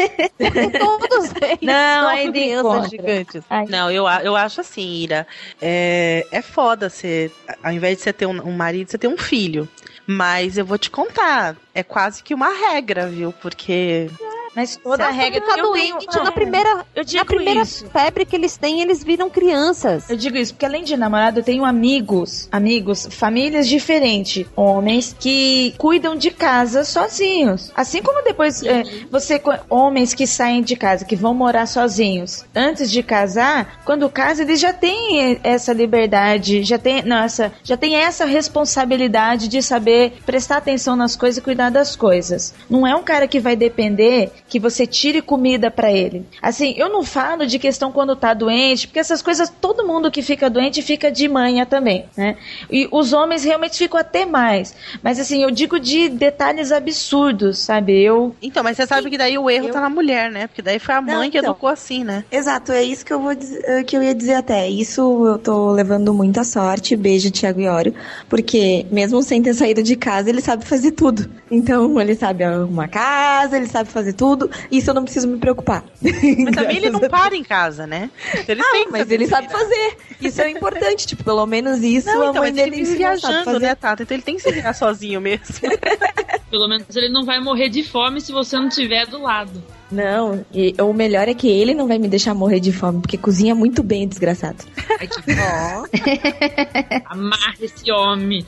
Todos eles não, são crianças gigantes. Não, eu acho assim, Ira, é foda você, ao invés de você ter um marido, você ter um filho. Mas eu vou te contar, é quase que uma regra, viu? Porque... Mas toda a regra tá doente. Na primeira febre que eles têm, eles viram crianças. Eu digo isso porque além de namorado, eu tenho amigos, famílias diferentes, homens que cuidam de casa sozinhos. Assim como depois homens que saem de casa, que vão morar sozinhos. Antes de casar, quando casa, eles já têm essa liberdade, já tem essa responsabilidade de saber prestar atenção nas coisas e cuidar das coisas. Não é um cara que vai depender que você tire comida pra ele. Assim, eu não falo de questão quando tá doente, porque essas coisas, todo mundo que fica doente fica de manha também, né? E os homens realmente ficam até mais. Mas assim, eu digo de detalhes absurdos, sabe? Então, mas você sabe que daí o erro tá na mulher, né? Porque daí foi a mãe que educou assim, né? Exato, é isso que eu vou dizer, que eu ia dizer até. Isso eu tô levando muita sorte. Beijo, Thiago Iório. Porque mesmo sem ter saído de casa, ele sabe fazer tudo. Então, ele sabe arrumar casa, ele sabe fazer tudo. Isso eu não preciso me preocupar. Mas também ele não para em casa, né? Mas ele sabe fazer. Isso é importante. Tipo, pelo menos isso não, a mãe dele vive viajando, né, Tata? Então ele tem que se virar sozinho mesmo. Pelo menos ele não vai morrer de fome se você não estiver do lado. Não, e o melhor é que ele não vai me deixar morrer de fome, porque cozinha muito bem, desgraçado. Ai, que ó. Amarra esse homem.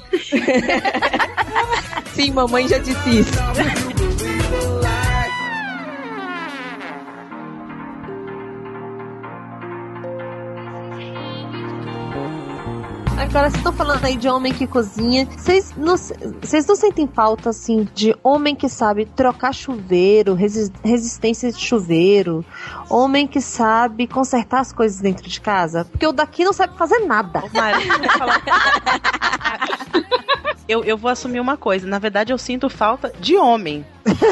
Sim, mamãe já disse isso. Agora, vocês estão falando aí de homem que cozinha. Vocês não sentem falta, assim, de homem que sabe trocar chuveiro, resistência de chuveiro? Homem que sabe consertar as coisas dentro de casa? Porque o daqui não sabe fazer nada. Eu vou assumir uma coisa. Na verdade, eu sinto falta de homem.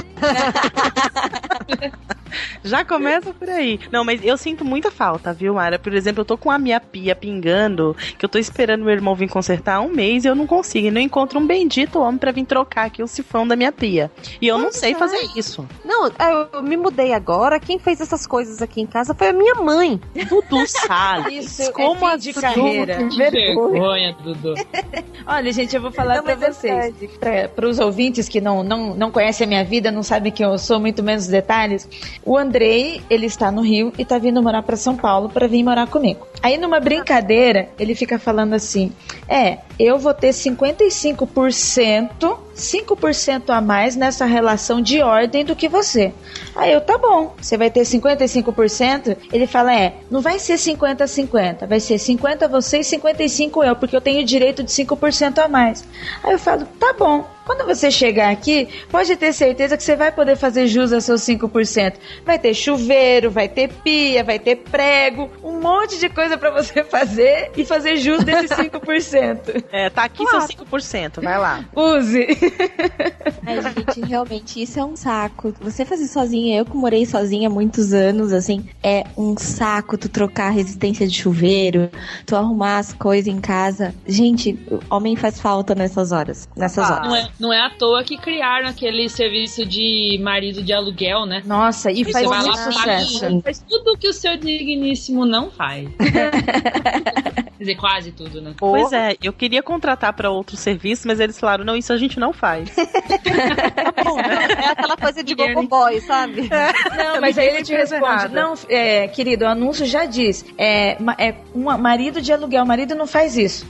Já começa por aí. Não, mas eu sinto muita falta, viu, Mara? Por exemplo, eu tô com a minha pia pingando, que eu tô esperando meu irmão vir consertar há um mês e eu não consigo. E não encontro um bendito homem pra vir trocar aqui o sifão da minha pia. E eu não sei fazer isso. Não, eu me mudei agora. Quem fez essas coisas aqui em casa foi a minha mãe. Dudu Salles. Isso como é fim de carreira. Que vergonha, Dudu. Olha, gente, eu vou falar pra vocês. Para os ouvintes que não conhecem a minha vida, não sabem quem eu sou, muito menos detalhes. O Andrei, ele está no Rio e tá vindo morar pra São Paulo pra vir morar comigo. Aí numa brincadeira, ele fica falando assim, eu vou ter 55%, 5% a mais nessa relação de ordem do que você. Aí eu, tá bom, você vai ter 55%? Ele fala, não vai ser 50-50, vai ser 50 você e 55 eu, porque eu tenho direito de 5% a mais. Aí eu falo, tá bom. Quando você chegar aqui, pode ter certeza que você vai poder fazer jus a seus 5%. Vai ter chuveiro, vai ter pia, vai ter prego, um monte de coisa pra você fazer e fazer jus desses 5%. Tá aqui seus 5%, vai lá. Use. Ai, gente, realmente, isso é um saco. Você fazer sozinha, eu que morei sozinha há muitos anos, assim, é um saco tu trocar a resistência de chuveiro, tu arrumar as coisas em casa. Gente, homem faz falta nessas horas. Não é à toa que criaram aquele serviço de marido de aluguel, né? Nossa, e faz muito sucesso. Faz tudo que o seu digníssimo não faz. Quer dizer, quase tudo, né? Pois é, eu queria contratar pra outro serviço, mas eles falaram, não, isso a gente não faz. Tá bom, né? É aquela coisa de gogo boy, sabe? Não, mas aí ele te responde, não, querido, o anúncio já diz, um marido de aluguel, o marido não faz isso.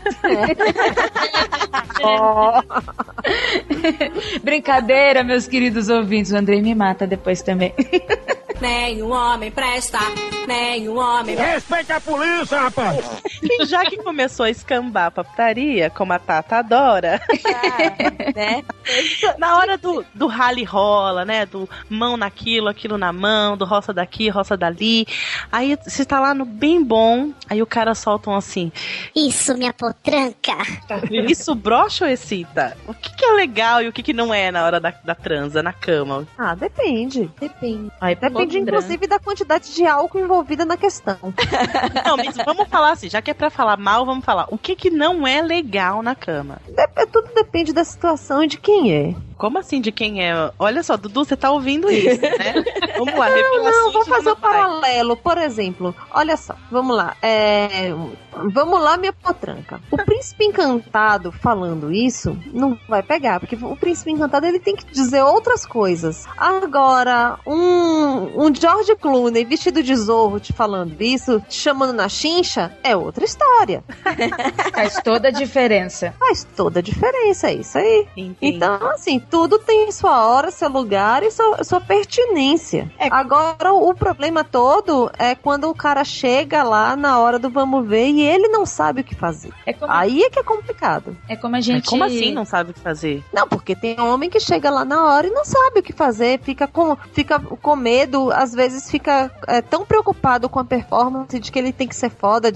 Brincadeira, meus queridos ouvintes. O Andrei me mata depois também. Nenhum homem presta, nenhum homem... Respeita a polícia, rapaz! E já que começou a escambar pra putaria, como a Tata adora, né? Na hora do rally rola, né? Do mão naquilo, aquilo na mão, do roça daqui, roça dali. Aí você tá lá no bem bom, aí o cara solta um assim: isso, minha potranca! Isso brocha ou excita? O que é legal e o que não é na hora da transa, na cama? Ah, depende. Aí, depende, inclusive, da quantidade de álcool envolvida na questão. Não, mas vamos falar assim, já que é pra falar mal, vamos falar o que não é legal na cama. Tudo depende da situação e de quem é. Como assim de quem é? Olha só, Dudu, você tá ouvindo isso, né? Vamos lá, Não, vou fazer um paralelo. Por exemplo, olha só, vamos lá. Vamos lá, minha potranca. O príncipe encantado falando isso não vai pegar, porque o príncipe encantado ele tem que dizer outras coisas. Agora, um George Clooney vestido de Zorro te falando isso, te chamando na chincha, é outra história. Faz toda a diferença. Faz toda a diferença, é isso aí. Entendi. Então, assim, tudo tem sua hora, seu lugar e sua pertinência. Agora, o problema todo é quando o cara chega lá na hora do vamos ver e ele não sabe o que fazer. Aí é que é complicado. É como a gente... Como assim não sabe o que fazer? Não, porque tem homem que chega lá na hora e não sabe o que fazer, fica com medo, às vezes fica tão preocupado com a performance de que ele tem que ser foda,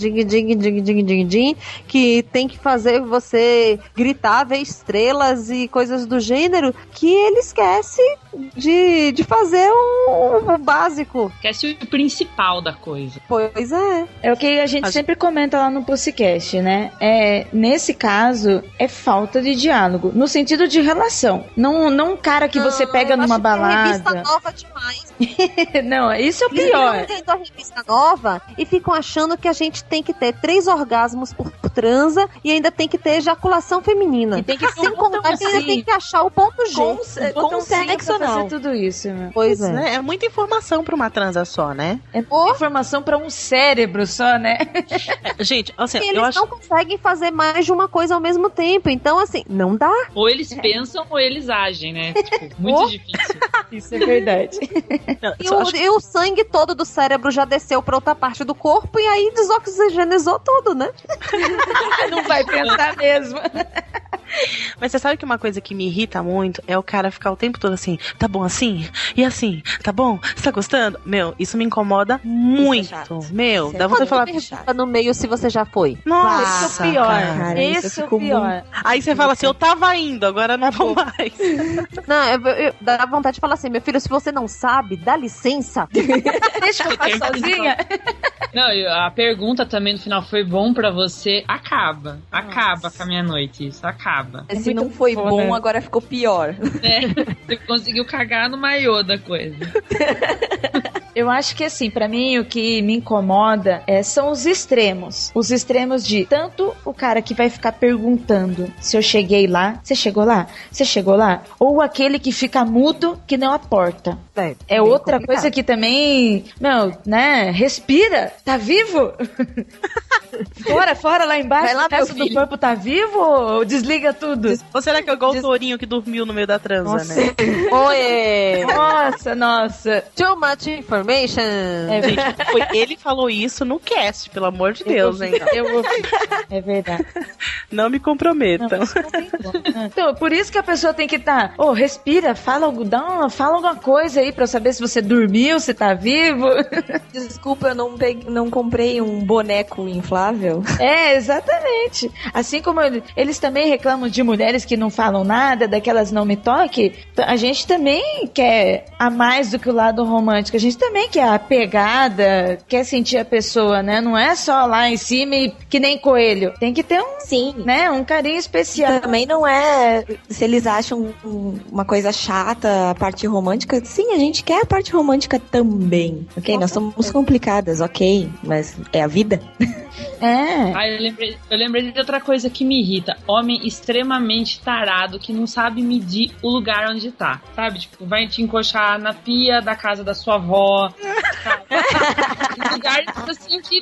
que tem que fazer você gritar, ver estrelas e coisas do gênero, que ele esquece de fazer o básico. Esquece o principal da coisa. Pois é. É o que a gente sempre comenta lá no Pussycast, né? Nesse caso, é falta de diálogo, no sentido de relação. Não um cara que você pega numa balada. Revista nova demais. Não, isso é o pior. Eles estão a revista nova e ficam achando que a gente tem que ter 3 orgasmos por transa e ainda tem que ter ejaculação feminina. E tem que sem contar que ainda tem que achar o ponto G. Com sexo pra fazer não. tudo isso, né? Pois é. Né? É muita informação pra uma transa só, né? É muita informação pra um cérebro só, né? Gente, assim, Eles eu acho... não conseguem fazer mais de uma coisa ao mesmo tempo. Então, assim, não dá. Ou eles pensam ou eles agem, né? Tipo, muito difícil. Isso é verdade. Não, E o sangue todo do cérebro já desceu pra outra parte do corpo e aí desoxigenizou tudo, né? Não vai pensar mesmo. Mas você sabe que uma coisa que me irrita muito é o cara ficar o tempo todo assim, tá bom assim? E assim, tá bom? Você tá gostando? Meu, isso me incomoda muito. Meu, dá vontade de falar... Pergunta no meio se você já foi. Nossa, esse é o pior. cara, Esse é o pior. Aí você fala assim, eu tava indo, agora não vou mais. Não, dá vontade de falar assim, meu filho, se você não sabe, dá licença. Deixa eu ficar sozinha. Não, e a pergunta também no final foi bom pra você? Acaba. Acaba com a minha noite, isso. Acaba. Se não foi bom, agora ficou pior. É, você conseguiu cagar no maiô da coisa. Eu acho que assim, pra mim o que me incomoda são os extremos. Os extremos de tanto o cara que vai ficar perguntando se eu cheguei lá, você chegou lá? Você chegou lá? Ou aquele que fica mudo que não aporta. É outra complicado. coisa que também, meu, né? Respira, tá vivo? Fora lá embaixo, Vai lá, o resto meu do corpo tá vivo ou desliga tudo? Ou será que é igual o tourinho que dormiu no meio da transa, né? Oi! Nossa. Too much information. Gente, ele falou isso no cast, pelo amor de Deus, hein? Eu ouvi. É verdade. Não me comprometam. Então, por isso que a pessoa tem que estar, respira, fala alguma coisa aí pra eu saber se você dormiu, se tá vivo. Desculpa, eu não comprei um boneco inflável. Exatamente. Assim como eles também reclamam de mulheres que não falam nada, daquelas não me toque, a gente também quer a mais do que o lado romântico. A gente também quer a pegada, quer sentir a pessoa, né? Não é só lá em cima e que nem coelho. Tem que ter um carinho especial. Também não é, se eles acham uma coisa chata, a parte romântica, sim, a gente quer a parte romântica também, ok? Nós somos complicadas, ok, mas é a vida. Eu lembrei de outra coisa que me irrita. Homem extremamente tarado que não sabe medir o lugar onde tá. Sabe? Tipo, vai te encoxar na pia da casa da sua avó. Lugares assim que,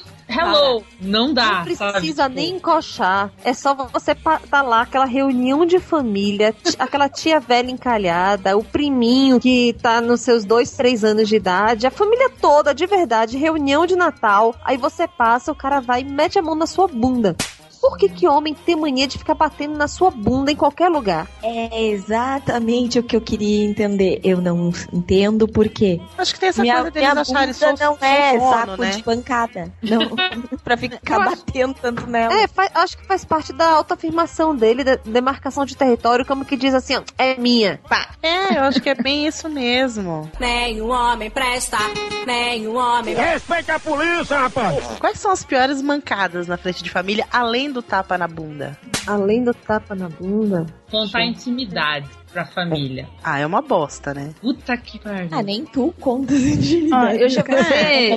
não dá. Não precisa nem encoxar. É só você tá lá, aquela reunião de família, aquela tia velha encalhada, o priminho que tá nos seus 2, 3 anos de idade, a família toda, de verdade, reunião de Natal. Aí você passa, o cara vai e mete a mão na sua bunda. Por que homem tem mania de ficar batendo na sua bunda em qualquer lugar? É exatamente o que eu queria entender. Eu não entendo por quê. Acho que tem essa coisa deles acharem bunda não é saco né? de pancada. Não, pra ficar batendo tanto nela. Acho que faz parte da autoafirmação dele, da demarcação de território, como que diz assim, é minha. Pá. Eu acho que é bem isso mesmo. Nenhum homem presta, nenhum homem... Respeita a polícia, rapaz! Quais são as piores mancadas na frente de família, além do tapa na bunda? Além do tapa na bunda? Contar intimidade pra família. É uma bosta, né? Puta que pariu. Nem tu conta intimidade. Eu já pensei.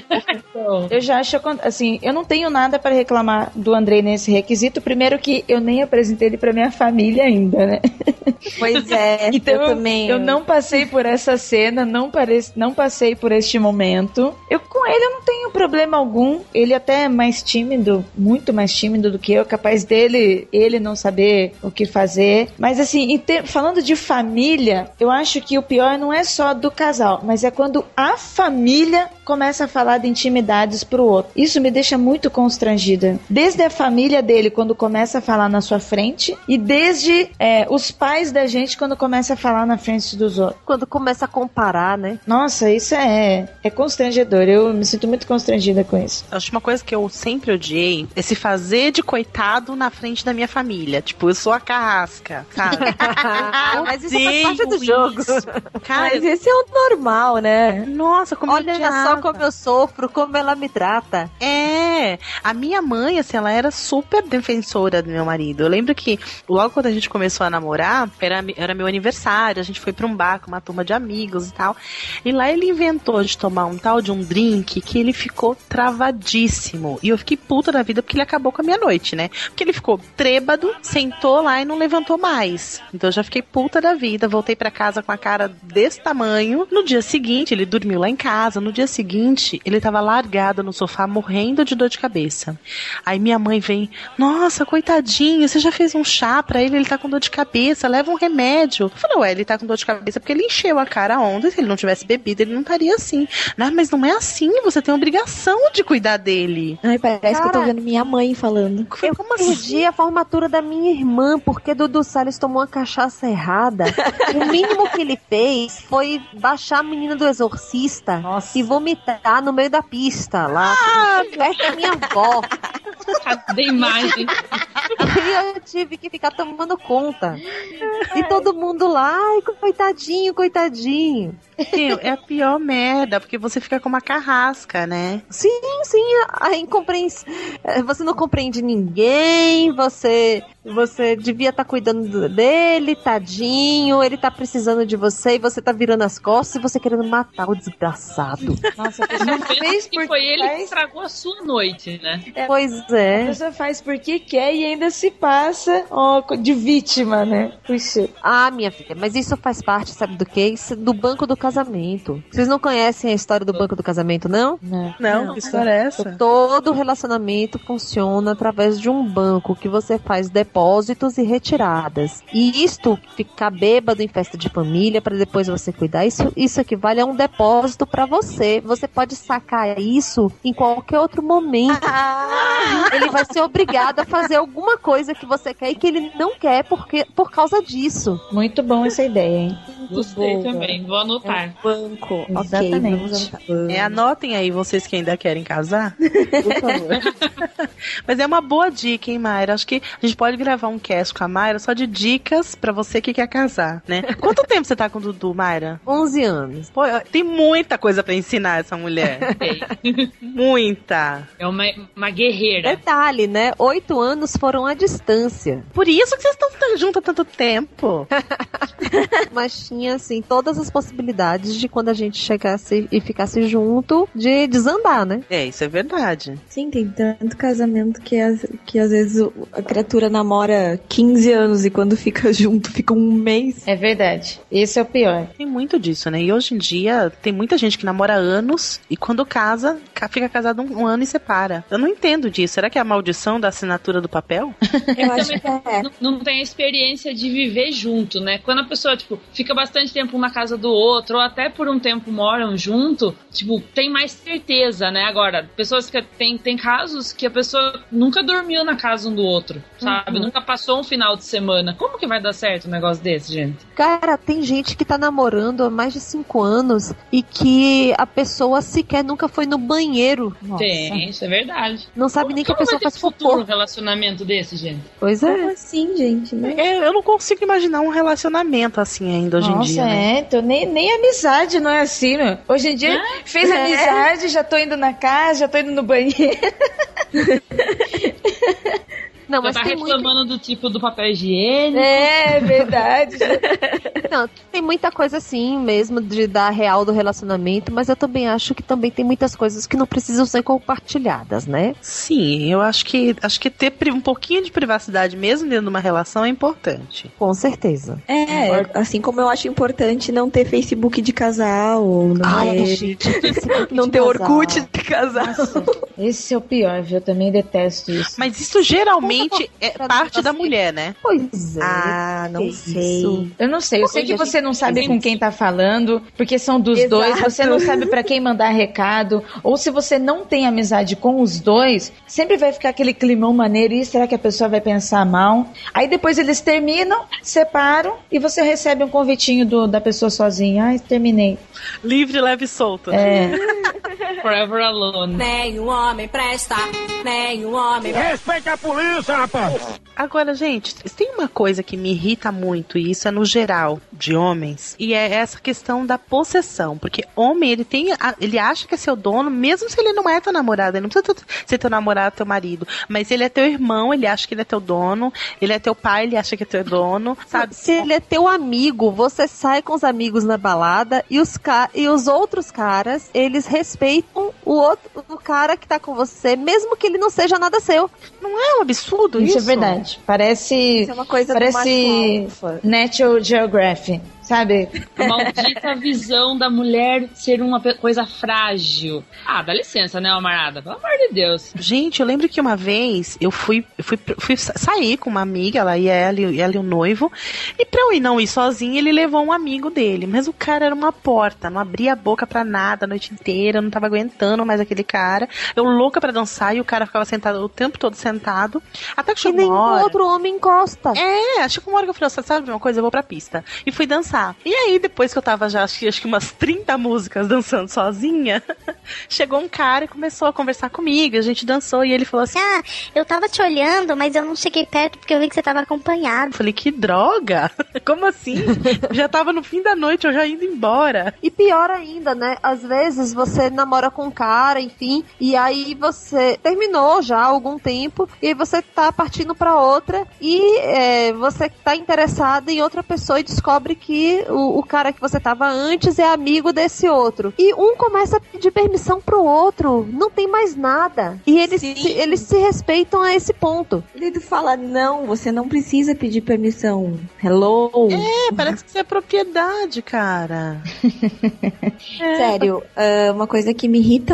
Eu já acho, assim, eu não tenho nada pra reclamar do Andrei nesse requisito. Primeiro que eu nem apresentei ele pra minha família ainda, né? Pois é, então, eu também. Eu não passei por essa cena, não passei por este momento. Com ele eu não tenho problema algum. Ele até é mais tímido, muito mais tímido do que eu, capaz dele, ele não saber o que fazer. Mas assim, falando de família, eu acho que o pior não é só do casal, mas é quando a família começa a falar de intimidades pro outro. Isso me deixa muito constrangida. Desde a família dele, quando começa a falar na sua frente, e desde os pais da gente, quando começa a falar na frente dos outros. Quando começa a comparar, né? Nossa, isso é constrangedor. Eu me sinto muito constrangida com isso. Acho uma coisa que eu sempre odiei é se fazer de coitado na frente da minha família. Tipo, eu sou a carrasca, sabe? Mas isso faz parte do jogo. Cara, mas esse é o normal, né? Nossa, como olha só como eu sofro, como ela me trata. A minha mãe, assim, ela era super defensora do meu marido. Eu lembro que logo quando a gente começou a namorar, era meu aniversário, a gente foi pra um bar com uma turma de amigos e tal. E lá ele inventou de tomar um tal de um drink que ele ficou travadíssimo. E eu fiquei puta da vida porque ele acabou com a minha noite, né? Porque ele ficou trêbado, sentou lá e não levantou mais. Então eu já fiquei puta da vida, voltei pra casa com a cara desse tamanho. No dia seguinte, ele dormiu lá em casa. No dia seguinte, ele tava largado no sofá, morrendo de dor de cabeça. Aí minha mãe vem, nossa, coitadinho, você já fez um chá pra ele tá com dor de cabeça, leva um remédio. Eu falei, ué, ele tá com dor de cabeça porque ele encheu a cara ontem, se ele não tivesse bebido, ele não estaria assim. Não, mas não é assim, você tem a obrigação de cuidar dele. Ai, parece que eu tô vendo minha mãe falando. Eu perdi a formatura da minha irmã porque Dudu Salles tomou uma cachaça errada. O mínimo que ele fez foi baixar a menina do exorcista e vomitar no meio da pista lá, perto da minha avó. Cadê a imagem? E eu tive que ficar tomando conta. E todo mundo lá, ai, coitadinho, coitadinho. É a pior merda, porque você fica com uma carrasca, né? Sim, a incompreensão. Você não compreende ninguém, você devia estar cuidando dele, tadinho, ele tá precisando de você e você tá virando as costas e você querendo matar o desgraçado. Nossa, a pessoa fez que foi ele que estragou a sua noite, né? Pois é. A pessoa faz porque quer e ainda se passa de vítima, né? Puxa. Ah, minha filha, mas isso faz parte, sabe do quê? Isso do banco do casamento. Vocês não conhecem a história do banco do casamento, não? Não, que história é essa? Todo relacionamento funciona através de um banco que você faz depósitos e retiradas. E isto, ficar bêbado em festa de família para depois você cuidar, isso equivale a um depósito para você. Você pode sacar isso em qualquer outro momento. Ele vai ser obrigado a fazer alguma coisa que você quer e que ele não quer por causa disso. Muito bom essa ideia, hein? Gostei também, vou anotar. Banco, exatamente. Ok, anotem aí vocês que ainda querem casar, por favor. Mas é uma boa dica, hein, Mayra? Acho que a gente pode gravar um cast com a Mayra só de dicas pra você que quer casar, né? Quanto tempo você tá com o Dudu, Mayra? 11 anos. Pô, tem muita coisa pra ensinar essa mulher. Muita. É uma guerreira. Detalhe, né? 8 anos foram à distância. Por isso que vocês estão juntos há tanto tempo. Mas tinha, assim, todas as possibilidades de quando a gente chegasse e ficasse junto, de desandar, né? Isso é verdade. Sim, tem tanto casamento que às vezes a criatura namora 15 anos e quando fica junto, fica um mês. É verdade. Esse é o pior. Tem muito disso, né? E hoje em dia, tem muita gente que namora anos e quando casa, fica casado um ano e separa. Eu não entendo disso. Será que é a maldição da assinatura do papel? Eu acho que é. Não tem a experiência de viver junto, né? Quando a pessoa, tipo, fica bastante tempo na casa do outro, ou até por um tempo moram junto, tipo, tem mais certeza, né? Agora, pessoas que tem casos que a pessoa nunca dormiu na casa um do outro, sabe? Nunca passou um final de semana. Como que vai dar certo um negócio desse, gente? Cara, tem gente que tá namorando há mais de 5 anos e que a pessoa sequer nunca foi no banheiro. Nossa. Tem, isso é verdade. Não sabe nem que a pessoa faz futuro um relacionamento desse, gente. Pois é. Como assim, gente? Né? Eu não consigo imaginar um relacionamento assim ainda hoje em dia. Né? Então nem amizade não é assim, né? Hoje em dia, fez amizade, já tô indo na casa, já tô indo no banheiro. Não, mas tá reclamando do tipo do papel higiênico. É verdade. Não, tem muita coisa assim mesmo de dar real do relacionamento, mas eu também acho que também tem muitas coisas que não precisam ser compartilhadas, né? Sim, eu acho que ter um pouquinho de privacidade mesmo dentro de uma relação é importante. Com certeza. Assim como eu acho importante não ter Facebook de casal, ou não ter Orkut de casal. Nossa, esse é o pior, viu? Eu também detesto isso. Mas isso geralmente é parte da mulher, né? Pois é. Ah, não sei. Isso. Eu não sei. Eu sei que você não sabe com quem tá falando, porque são dos dois. Você não sabe pra quem mandar recado. Ou se você não tem amizade com os dois, sempre vai ficar aquele climão maneiro. E será que a pessoa vai pensar mal? Aí depois eles terminam, separam e você recebe um convitinho da pessoa sozinha. Ai, terminei. Livre, leve e solto. É. Forever alone. Nenhum homem presta, nenhum homem. Respeita a polícia, rapaz! Agora, gente, tem uma coisa que me irrita muito, e isso é no geral de homens, e é essa questão da possessão. Porque homem, ele acha que é seu dono, mesmo se ele não é teu namorado. Ele não precisa ser teu namorado, teu marido. Mas ele é teu irmão, ele acha que ele é teu dono. Ele é teu pai, ele acha que é teu dono, sabe? Se ele é teu amigo, você sai com os amigos na balada e os outros caras, eles respeitam o cara que tá com você, mesmo que ele não seja nada seu. Não é um absurdo isso? Isso é verdade. Parece... Isso é uma coisa parece National Geographic. Sabe? A maldita visão da mulher ser uma coisa frágil. Ah, dá licença, né, Amarada? Pelo amor de Deus. Gente, eu lembro que uma vez eu fui sair com uma amiga, ela e o noivo, e pra eu não ir sozinha, ele levou um amigo dele. Mas o cara era uma porta, não abria a boca pra nada a noite inteira, eu não tava aguentando mais aquele cara. Eu louca pra dançar e o cara ficava sentado o tempo todo sentado. Até que chegou uma hora... outro homem encosta. Acho que uma hora que eu falei, sabe de uma coisa? Eu vou pra pista. E fui dançar. E aí, depois que eu tava já, acho que umas 30 músicas dançando sozinha, chegou um cara e começou a conversar comigo, a gente dançou e ele falou assim: ah, eu tava te olhando, mas eu não cheguei perto porque eu vi que você tava acompanhado. Eu falei, que droga? Como assim? Já tava no fim da noite, eu já indo embora. E pior ainda, né? Às vezes você namora com um cara, enfim, e aí você terminou já há algum tempo, e aí você tá partindo pra outra, e você tá interessado em outra pessoa e descobre que o cara que você tava antes é amigo desse outro. E um começa a pedir permissão pro outro. Não tem mais nada. E eles se respeitam a esse ponto. Ele fala, não, você não precisa pedir permissão. Hello? Parece que isso é propriedade, cara. Sério, uma coisa que me irrita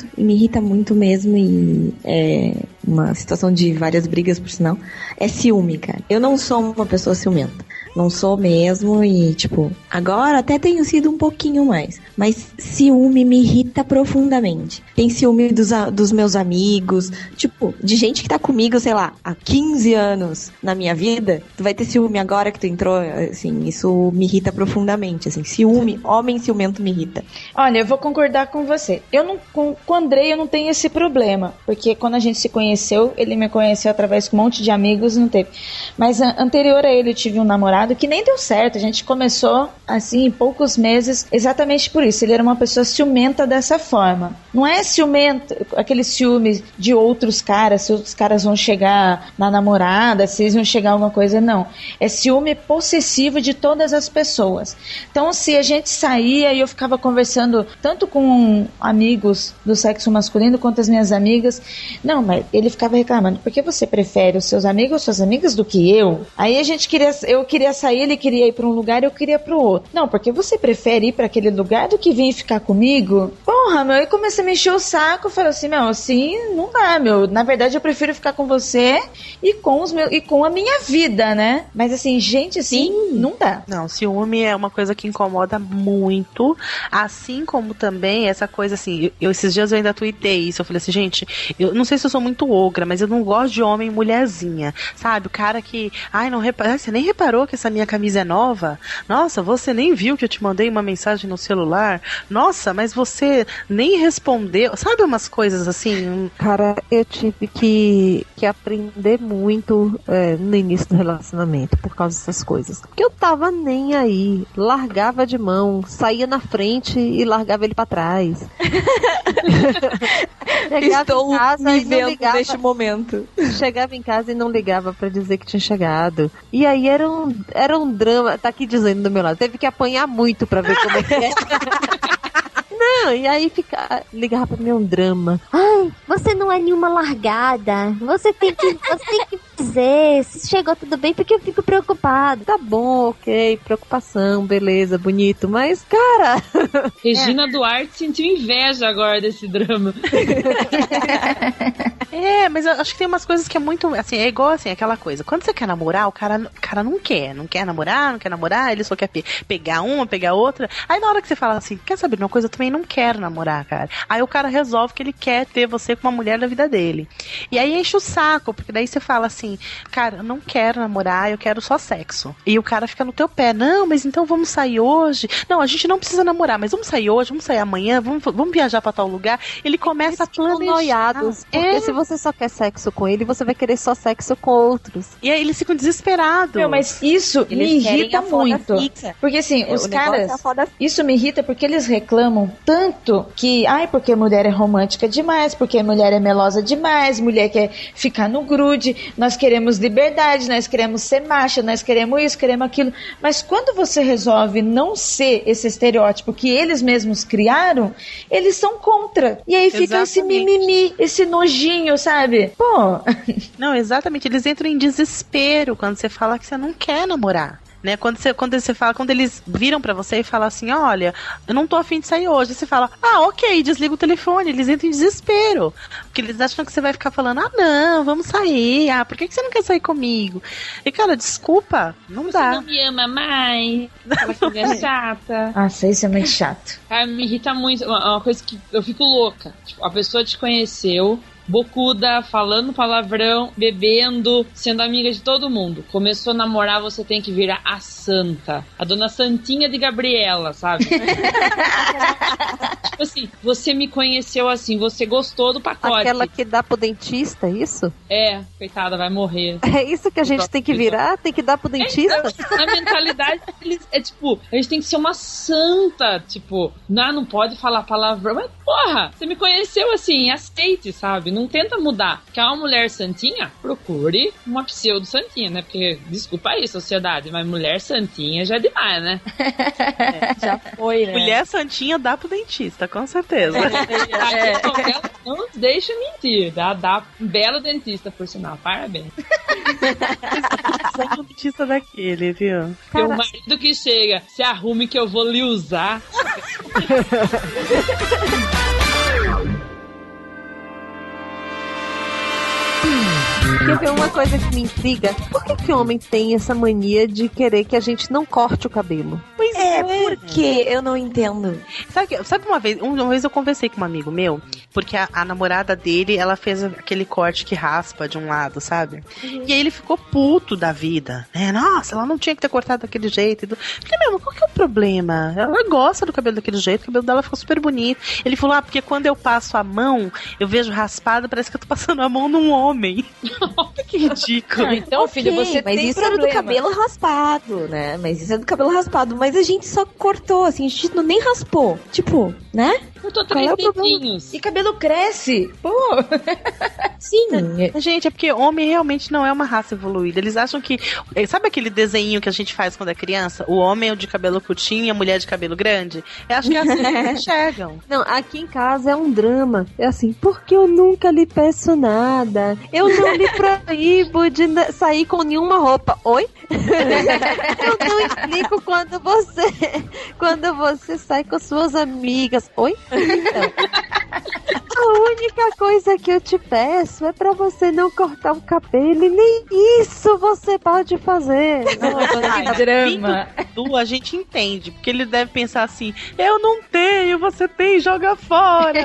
muito mesmo, e é uma situação de várias brigas, por sinal, é ciúme, cara. Eu não sou uma pessoa ciumenta. Não sou mesmo e, tipo, agora até tenho sido um pouquinho mais. Mas ciúme me irrita profundamente. Tem ciúme dos meus amigos, tipo, de gente que tá comigo, sei lá, há 15 anos na minha vida. Tu vai ter ciúme agora que tu entrou, assim, isso me irrita profundamente, assim. Ciúme, homem ciumento me irrita. Olha, eu vou concordar com você. Com o Andrei eu não tenho esse problema, porque quando a gente se conheceu, ele me conheceu através de um monte de amigos, não teve. Mas anterior a ele eu tive um namorado que nem deu certo. A gente começou assim em poucos meses, exatamente por isso. Ele era uma pessoa ciumenta dessa forma. Não é ciumento, aquele ciúme de outros caras, se outros caras vão chegar na namorada, se eles vão chegar alguma coisa, não. É ciúme possessivo de todas as pessoas. Então, se a gente saía e eu ficava conversando tanto com amigos do sexo masculino quanto as minhas amigas, não, mas ele ficava reclamando, por que você prefere os seus amigos ou suas amigas do que eu? Aí eu queria sair, ele queria ir pra um lugar, eu queria pro outro. Não, porque você prefere ir pra aquele lugar do que vir ficar comigo? Porra, meu, eu comecei a me encher o saco, falei assim, meu, assim, não dá, meu. Na verdade, eu prefiro ficar com você e com a minha vida, né? Mas assim, gente, assim, não dá. Não, ciúme é uma coisa que incomoda muito, assim como também essa coisa assim, esses dias eu ainda tuitei isso, eu falei assim, gente, eu não sei se eu sou muito ogra, mas eu não gosto de homem mulherzinha, sabe? O cara que, você nem reparou que essa minha camisa é nova? Nossa, você nem viu que eu te mandei uma mensagem no celular? Nossa, mas você nem respondeu. Sabe umas coisas assim? Cara, eu tive que aprender muito no início do relacionamento por causa dessas coisas. Porque eu tava nem aí. Largava de mão, saía na frente e largava ele pra trás. Estou me vendo neste momento. Chegava em casa e não ligava pra dizer que tinha chegado. E aí era um drama. Tá aqui dizendo do meu lado. Teve que apanhar muito pra ver como é que é. Não, e aí ligava pra mim, um drama. Ai, você não é nenhuma largada. Você tem que dizer se chegou tudo bem, porque eu fico preocupado. Tá bom, ok, preocupação, beleza, bonito, mas, cara... Regina Duarte sentiu inveja agora desse drama. Mas eu acho que tem umas coisas que é muito, assim, é igual, assim, aquela coisa. Quando você quer namorar, o cara não quer namorar, ele só quer pegar uma, pegar outra. Aí na hora que você fala assim, quer saber de uma coisa, eu também não quero namorar, cara. Aí o cara resolve que ele quer ter você com uma mulher da vida dele. E aí enche o saco, porque daí você fala assim, cara, eu não quero namorar, eu quero só sexo. E o cara fica no teu pé, não, mas então vamos sair hoje. Não, a gente não precisa namorar, mas vamos sair hoje, vamos sair amanhã, vamos viajar pra tal lugar. Ele começa a planejar. Noiados, porque se você só quer sexo com ele, você vai querer só sexo com outros. E aí eles ficam desesperados. Meu, mas isso me irrita muito. Fixa. Porque assim, os o caras... negócio é a foda Isso me irrita porque eles reclamam tanto que... Ai, porque mulher é romântica demais, porque mulher é melosa demais, mulher quer ficar no grude, nós queremos liberdade, nós queremos ser macho, nós queremos isso, queremos aquilo. Mas quando você resolve não ser esse estereótipo que eles mesmos criaram, eles são contra. E aí fica esse mimimi, esse nojinho, sabe? Pô... Não, exatamente. Eles entram em desespero quando você fala que você não quer namorar. Né? Quando eles viram pra você e falam assim, olha, eu não tô afim de sair hoje, você fala, ok, desliga o telefone. Eles entram em desespero, porque eles acham que você vai ficar falando, não, vamos sair, por que você não quer sair comigo? E cara, desculpa, não dá. Você não me ama mais, aquela coisa chata. Nossa, isso é muito chato. Cara, me irrita muito, uma coisa que eu fico louca, tipo, a pessoa te conheceu, bocuda, falando palavrão, bebendo, sendo amiga de todo mundo. Começou a namorar, você tem que virar a santa. A dona Santinha de Gabriela, sabe? Tipo assim, você me conheceu assim, você gostou do pacote. Aquela que dá pro dentista, isso? É, coitada, vai morrer. É isso que a gente tem que virar? Tem que dar pro dentista? Então, a mentalidade deles é tipo, a gente tem que ser uma santa, tipo, não pode falar palavrão, mas porra, você me conheceu assim, aceite, sabe? Não tenta mudar. Quer uma mulher santinha? Procure uma pseudo santinha, né? Porque, desculpa aí, sociedade, mas mulher santinha já é demais, né? Já foi, né? Mulher santinha dá pro dentista, com certeza. Não deixa mentir, dá um belo dentista, por sinal. Parabéns. Sai um dentista daquele, viu? Tem um marido que chega, se arrume que eu vou lhe usar. Quer ver uma coisa que me intriga? Por que o homem tem essa mania de querer que a gente não corte o cabelo? Pois por que? Eu não entendo. Sabe uma vez eu conversei com um amigo meu, porque a namorada dele, ela fez aquele corte que raspa de um lado, sabe? Uhum. E aí ele ficou puto da vida, né? Nossa, ela não tinha que ter cortado daquele jeito. Falei, meu, qual que é o problema? Ela gosta do cabelo daquele jeito, o cabelo dela ficou super bonito. Ele falou, porque quando eu passo a mão, eu vejo raspado, parece que eu tô passando a mão num homem. Que ridículo. Então, filho, você mas tem isso problema. era do cabelo raspado, né? Mas isso é do cabelo raspado. Mas a gente só cortou, assim, a gente nem raspou. Tipo, né? Eu tô 3 dedinhos. E cabelo cresce. Pô. Sim. Gente, é porque homem realmente não é uma raça evoluída. Eles acham que... Sabe aquele desenho que a gente faz quando é criança? O homem é o de cabelo curtinho e a mulher de cabelo grande? Eu acho que é assim que eles enxergam. Não, aqui em casa é um drama. É assim, porque eu nunca lhe peço nada. Eu não lhe proíbo de sair com nenhuma roupa. Oi? Eu não explico quando você sai com suas amigas. Oi? Então, a única coisa que eu te peço é pra você não cortar o cabelo e nem isso você pode fazer. Que drama. A gente entende, porque ele deve pensar assim, eu não tenho, você tem, joga fora.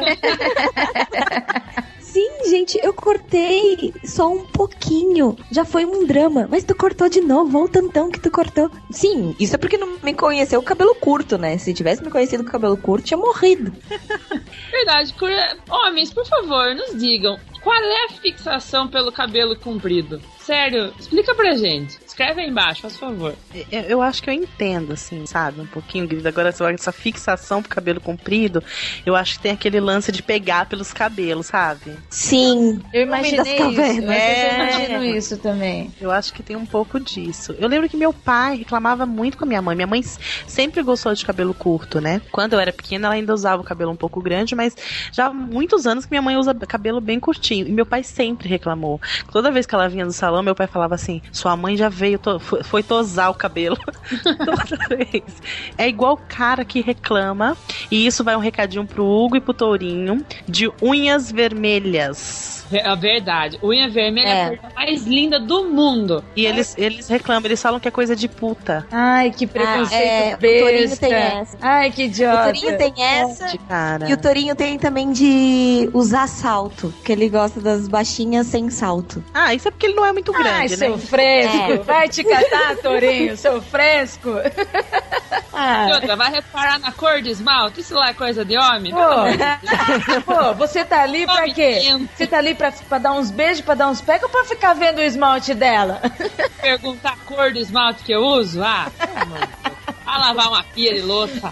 Sim, gente, eu cortei só um pouquinho. Já foi um drama. Mas tu cortou de novo, olha o tantão que tu cortou. Sim, isso é porque não me conheceu com cabelo curto, né? Se tivesse me conhecido com cabelo curto, tinha morrido. Verdade. Homens, por favor, nos digam, qual é a fixação pelo cabelo comprido? Sério, explica pra gente. Escreve aí embaixo, faz favor. Eu acho que eu entendo, assim, sabe? Um pouquinho, Grida. Agora, essa fixação pro cabelo comprido, eu acho que tem aquele lance de pegar pelos cabelos, sabe? Sim. Eu imaginei isso. Eu imagino isso também. Eu acho que tem um pouco disso. Eu lembro que meu pai reclamava muito com a minha mãe. Minha mãe sempre gostou de cabelo curto, né? Quando eu era pequena, ela ainda usava o cabelo um pouco grande, mas já há muitos anos que minha mãe usa cabelo bem curtinho. E meu pai sempre reclamou. Toda vez que ela vinha no salão, meu pai falava assim, sua mãe já veio, foi tosar o cabelo. Toda vez. É igual o cara que reclama, e isso vai um recadinho pro Hugo e pro Tourinho, de unhas vermelhas. É verdade. Unha vermelha é a coisa mais linda do mundo. E eles reclamam, eles falam que é coisa de puta. Ai, que preconceito besta. O Tourinho tem essa. Ai, que idiota. O Tourinho tem essa. Cara. E o Tourinho tem também de usar salto, que ele gosta das baixinhas sem salto. Ah, isso é porque ele não é muito grande, ai, né? Seu fresco. Vai te catar, Tourinho, seu fresco. E outra, vai reparar na cor de esmalte? Isso lá é coisa de homem? Pô, você tá ali pra quê? Você tá ali pra dar uns beijos, pra dar uns pega ou pra ficar vendo o esmalte dela? Perguntar a cor do esmalte que eu uso? Ah, pelo amor de Deus. A lavar uma pia de louça.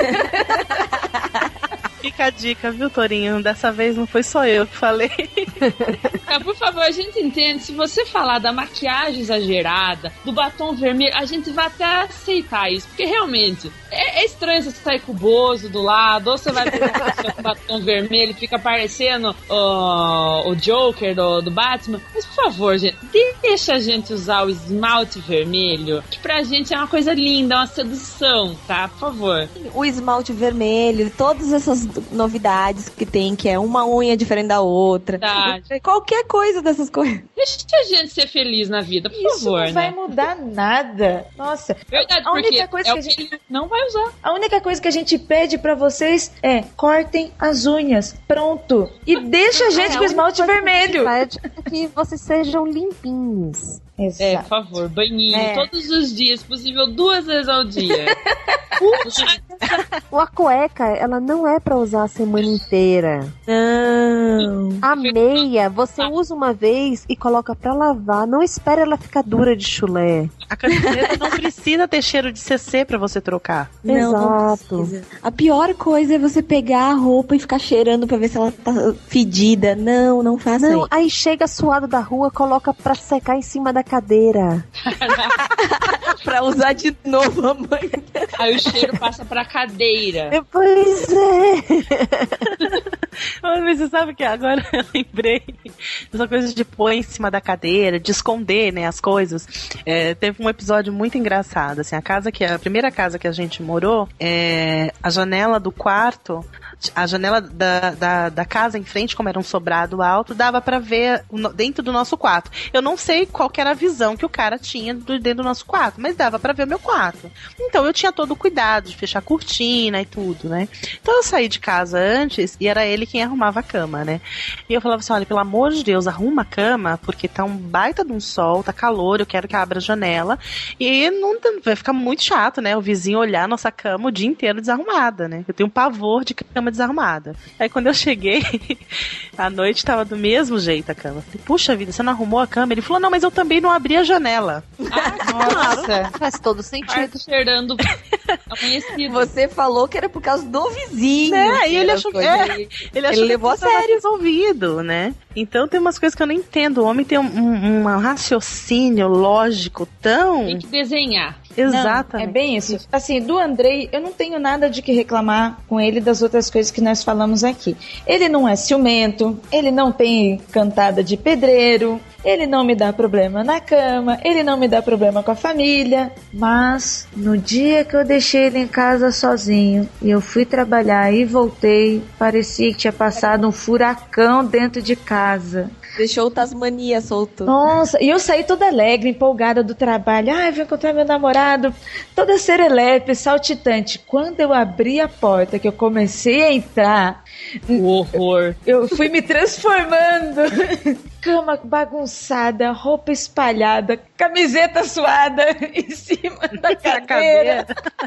Fica a dica, viu, Torinho? Dessa vez não foi só eu que falei. Por favor, a gente entende. Se você falar da maquiagem exagerada, do batom vermelho, a gente vai até aceitar isso. Porque realmente é estranho você sair com o Bozo do lado, ou você vai ver uma pessoa com batom vermelho e fica parecendo o Joker do Batman. Mas por favor, gente, deixa a gente usar o esmalte vermelho, que pra gente é uma coisa linda, uma sedução, tá? Por favor. O esmalte vermelho, todas essas novidades que tem, que é uma unha diferente da outra. Verdade. Qualquer coisa dessas coisas. Deixa a gente ser feliz na vida, por Isso favor, não vai mudar nada. Nossa, verdade, a única porque coisa é que o que ele não vai usar. A única coisa que a gente pede pra vocês é cortem as unhas. Pronto. E deixa a gente com esmalte vermelho. Que a gente pede é que vocês sejam limpinhos. Por favor, banhinho todos os dias, possível 2 vezes ao dia. A cueca, ela não é pra usar a semana inteira. Não. A meia, você usa uma vez e coloca pra lavar. Não espera ela ficar dura de chulé. A camiseta não precisa ter cheiro de CC pra você trocar. Exato. A pior coisa é você pegar a roupa e ficar cheirando pra ver se ela tá fedida. Não faça isso. Aí chega suado da rua, coloca pra secar em cima da cadeira. Pra usar de novo amanhã. Aí o cheiro passa pra cadeira. Pois é. Mas você sabe que agora eu lembrei dessa coisa de pôr em cima da cadeira, de esconder, né, as coisas. Teve um episódio muito engraçado, assim, a primeira casa que a gente morou, a janela do quarto, a janela da casa em frente, como era um sobrado alto, dava pra ver dentro do nosso quarto. Eu não sei qual que era a visão que o cara tinha dentro do nosso quarto, mas dava pra ver o meu quarto. Então eu tinha todo o cuidado de fechar a cortina e tudo, né? Então eu saí de casa antes e era ele quem arrumava a cama, né? E eu falava assim, olha, pelo amor de Deus, arruma a cama, porque tá um baita de um sol, tá calor, eu quero que abra a janela. E não vai ficar muito chato, né? O vizinho olhar a nossa cama o dia inteiro desarrumada, né? Eu tenho um pavor de cama desarrumada. Aí quando eu cheguei, à noite tava do mesmo jeito a cama. Falei, puxa vida, você não arrumou a cama? Ele falou, não, mas eu também não abri a janela. Nossa, faz todo sentido. Cheirando amanhecido. Você falou que era por causa do vizinho. Né? E ele achou que ele levou a sério. Resolvido, né? Então tem umas coisas que eu não entendo. O homem tem um raciocínio lógico tão... Tem que desenhar. Exatamente. Não, é bem isso. Assim, do Andrei, eu não tenho nada de que reclamar com ele das outras coisas que nós falamos aqui. Ele não é ciumento, ele não tem cantada de pedreiro, ele não me dá problema na cama, ele não me dá problema com a família, mas no dia que eu deixei ele em casa sozinho e eu fui trabalhar e voltei, parecia que tinha passado um furacão dentro de casa. Deixou o Tasmania solto. Nossa, e eu saí toda alegre, empolgada do trabalho. Ai, vou encontrar meu namorado. Toda serelepe, saltitante. Quando eu abri a porta, que eu comecei a entrar... O horror. Eu fui me transformando. Cama bagunçada, roupa espalhada, camiseta suada em cima da cadeira.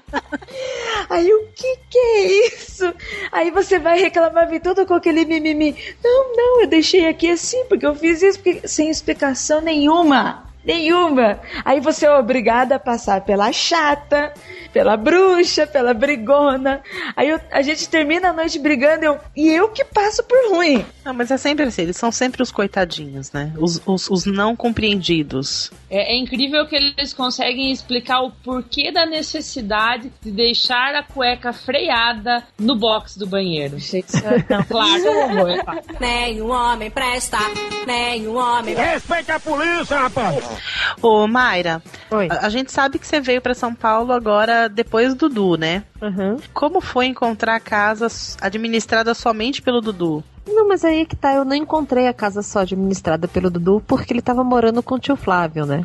Aí, o que é isso? Aí você vai reclamar de tudo com aquele mimimi. Não, eu deixei aqui assim, porque eu fiz isso sem explicação nenhuma. Aí você é obrigada a passar pela chata, pela bruxa, pela brigona. Aí a gente termina a noite brigando e eu que passo por ruim. Não, mas é sempre assim, eles são sempre os coitadinhos, né? Os não compreendidos. É incrível que eles conseguem explicar o porquê da necessidade de deixar a cueca freada no box do banheiro. Não, claro. Nenhum homem presta, nenhum homem... Respeita a polícia, rapaz! Ô, Mayra, a gente sabe que você veio pra São Paulo agora depois do Dudu, né? Uhum. Como foi encontrar a casa administrada somente pelo Dudu? Não, mas aí que tá, eu não encontrei a casa só administrada pelo Dudu porque ele tava morando com o tio Flávio, né?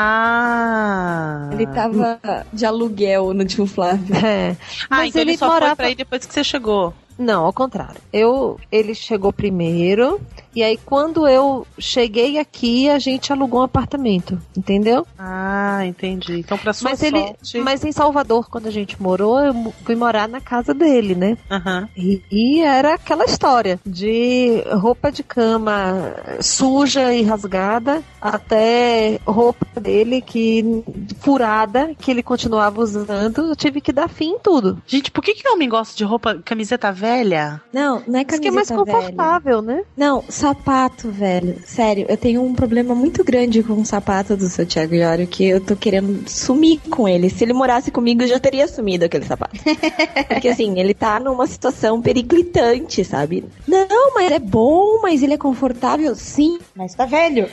Ah! Ele tava de aluguel no tio Flávio. É. Mas então ele só foi pra ir depois que você chegou. Não, ao contrário. Ele chegou primeiro E aí, quando eu cheguei aqui, a gente alugou um apartamento, entendeu? Ah, entendi. Então, pra sua sorte... Mas em Salvador, quando a gente morou, eu fui morar na casa dele, né? Uhum. E era aquela história de roupa de cama suja e rasgada, até roupa dele furada, que ele continuava usando. Eu tive que dar fim em tudo. Gente, por que homem gosta de roupa, camiseta velha? Não é camiseta velha. Que é mais confortável, né? Não, sapato, velho. Sério, eu tenho um problema muito grande com o sapato do seu Thiago Iório, que eu tô querendo sumir com ele. Se ele morasse comigo, eu já teria sumido aquele sapato. Porque assim, ele tá numa situação periclitante, sabe? Não, mas é bom, mas ele é confortável, sim. Mas tá velho.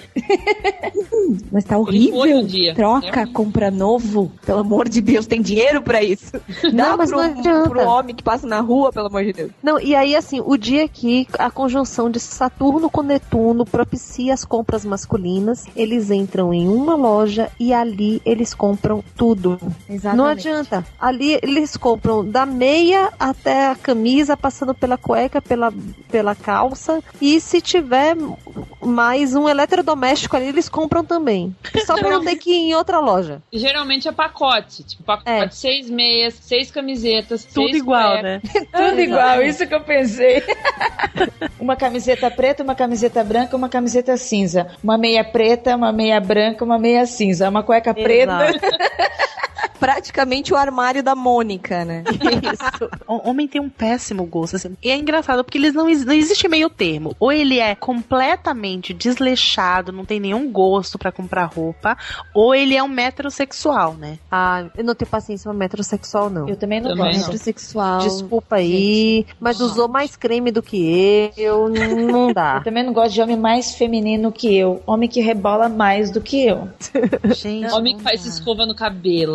Mas tá horrível. Troca, compra novo. Pelo amor de Deus, tem dinheiro pra isso. Dá mas pro homem que passa na rua, pelo amor de Deus. Não, e aí assim, o dia que a conjunção de Saturno com Netuno propicia as compras masculinas, eles entram em uma loja e ali eles compram tudo. Exatamente. Não adianta. Ali eles compram da meia até a camisa, passando pela cueca, pela calça, e se tiver mais um eletrodoméstico ali, eles compram também. Só pra não ter que ir em outra loja. Geralmente é pacote. Tipo, pacote 6 meias, 6 camisetas, tudo 6 igual, cuecas. né? Tudo igual, isso que eu pensei. Uma camiseta preta, uma camiseta branca, uma camiseta cinza. Uma meia preta, uma meia branca, uma meia cinza. Uma cueca preta. Praticamente o armário da Mônica, né? Isso. O homem tem um péssimo gosto, assim. E é engraçado, porque eles não existe meio termo. Ou ele é completamente desleixado, não tem nenhum gosto pra comprar roupa, ou ele é um metrosexual, né? Ah, eu não tenho paciência pra metrosexual, não. Eu também não gosto. Metrosexual. Desculpa aí, mas usou mais creme do que eu, não dá. Eu também não gosto de homem mais feminino que eu. Homem que rebola mais do que eu. Gente, homem que faz escova no cabelo.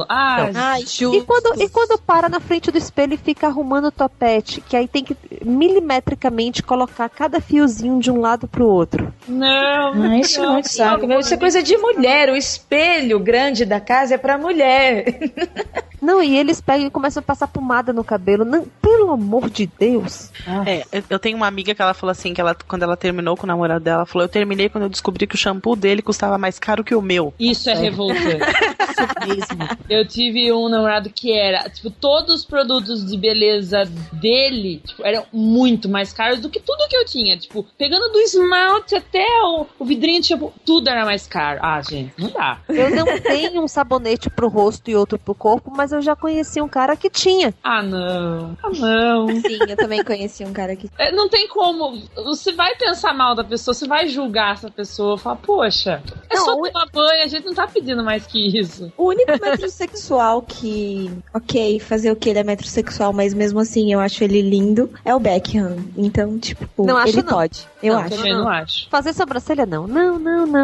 E quando para na frente do espelho e fica arrumando o topete, que aí tem que milimetricamente colocar cada fiozinho de um lado pro outro. Não, isso é muito saco. Isso é coisa de mulher. O espelho grande da casa é pra mulher. Não, e eles pegam e começam a passar pomada no cabelo. Não, pelo amor de Deus. Eu tenho uma amiga que ela falou assim, que quando ela terminou com o namorado dela, ela falou, eu terminei quando eu descobri que o shampoo dele custava mais caro que o meu. Isso é revoltante. Isso mesmo. Eu tive um namorado que era, tipo, todos os produtos de beleza dele, tipo, eram muito mais caros do que tudo que eu tinha. Tipo, pegando do esmalte até o vidrinho de shampoo, tudo era mais caro. Ah, gente, não dá. Eu não tenho um sabonete pro rosto e outro pro corpo, mas eu já conheci um cara que tinha. Ah, não. Ah, não. Sim, eu também conheci um cara que... Não tem como. Você vai pensar mal da pessoa, você vai julgar essa pessoa, falar, poxa, só tomar banho, a gente não tá pedindo mais que isso. O único metrosexual que... Ok, fazer o que ele é metrosexual, mas mesmo assim eu acho ele lindo, é o Beckham. Então, tipo, não ele acho, não. pode. Eu não, acho. Também não acho. Fazer sobrancelha, não. Não.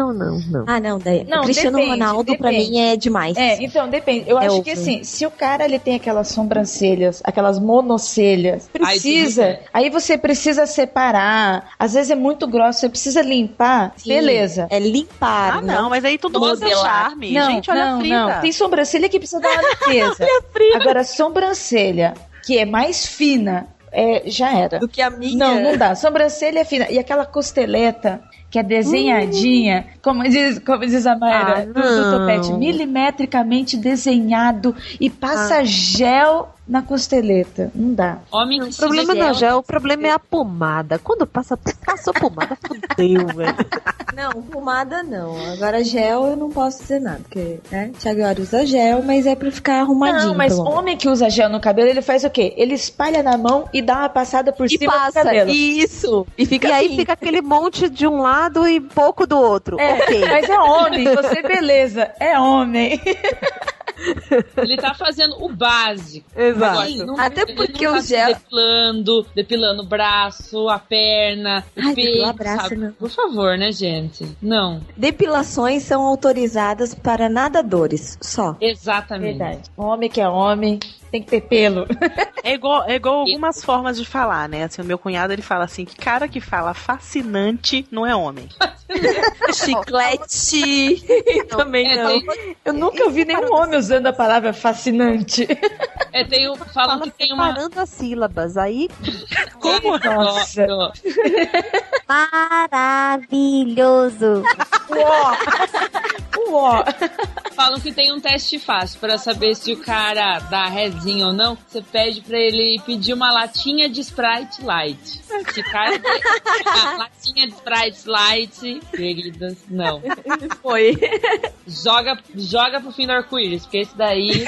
Ah, não. Daí. Não, o Cristiano Ronaldo, pra mim, é demais. Então, depende. Eu acho que, assim, se o cara, ele tem aquelas sobrancelhas, aquelas monocelhas, precisa... Aí você precisa separar. Às vezes é muito grosso, você precisa limpar. Sim, beleza. É limpar. Ah, não, mas aí todo mundo é charme. Não, gente, olha a Frida. Não. Tem sobrancelha que precisa dar uma limpeza. Agora, sobrancelha, que é mais fina, já era. Do que a minha. Não dá. Sobrancelha é fina. E aquela costeleta que é desenhadinha, como diz a Mayra, do topete, milimetricamente desenhado e passa gel na costeleta. Não dá. Homem o problema não é gel, o problema é a pomada. Quando passou pomada, fodeu, velho. Não, pomada não. Agora gel eu não posso dizer nada, porque, né, Thiago Iório usa gel, mas é pra ficar arrumadinho. Não, mas homem que usa gel no cabelo, ele faz o quê? Ele espalha na mão e dá uma passada por cima do cabelo. Isso. E E aí fica aquele monte de um lado e pouco do outro. Okay. Mas é homem, você beleza, é homem. Ele tá fazendo o básico. Exato. Agora, até porque não o gel... depilando o braço, a perna, o peito, braço, sabe? não. Por favor, né, gente? Não. Depilações são autorizadas para nadadores, só. Exatamente. Verdade. Homem que é homem, tem que ter pelo. É igual algumas formas de falar, né? Assim, o meu cunhado, ele fala assim, que cara que fala fascinante não é homem. Chiclete. Também não. Eu nunca ouvi nenhum homem usando a palavra fascinante. Falam que tem uma... Separando as sílabas, aí... Como? Nossa. Maravilhoso. Uó. Falam que tem um teste fácil pra saber se o cara dá rezinha ou não. Você pede pra ele pedir uma latinha de Sprite Light. Se o cara latinha de Sprite Light, queridas, não. Foi. Joga pro fim do arco-íris, porque esse daí...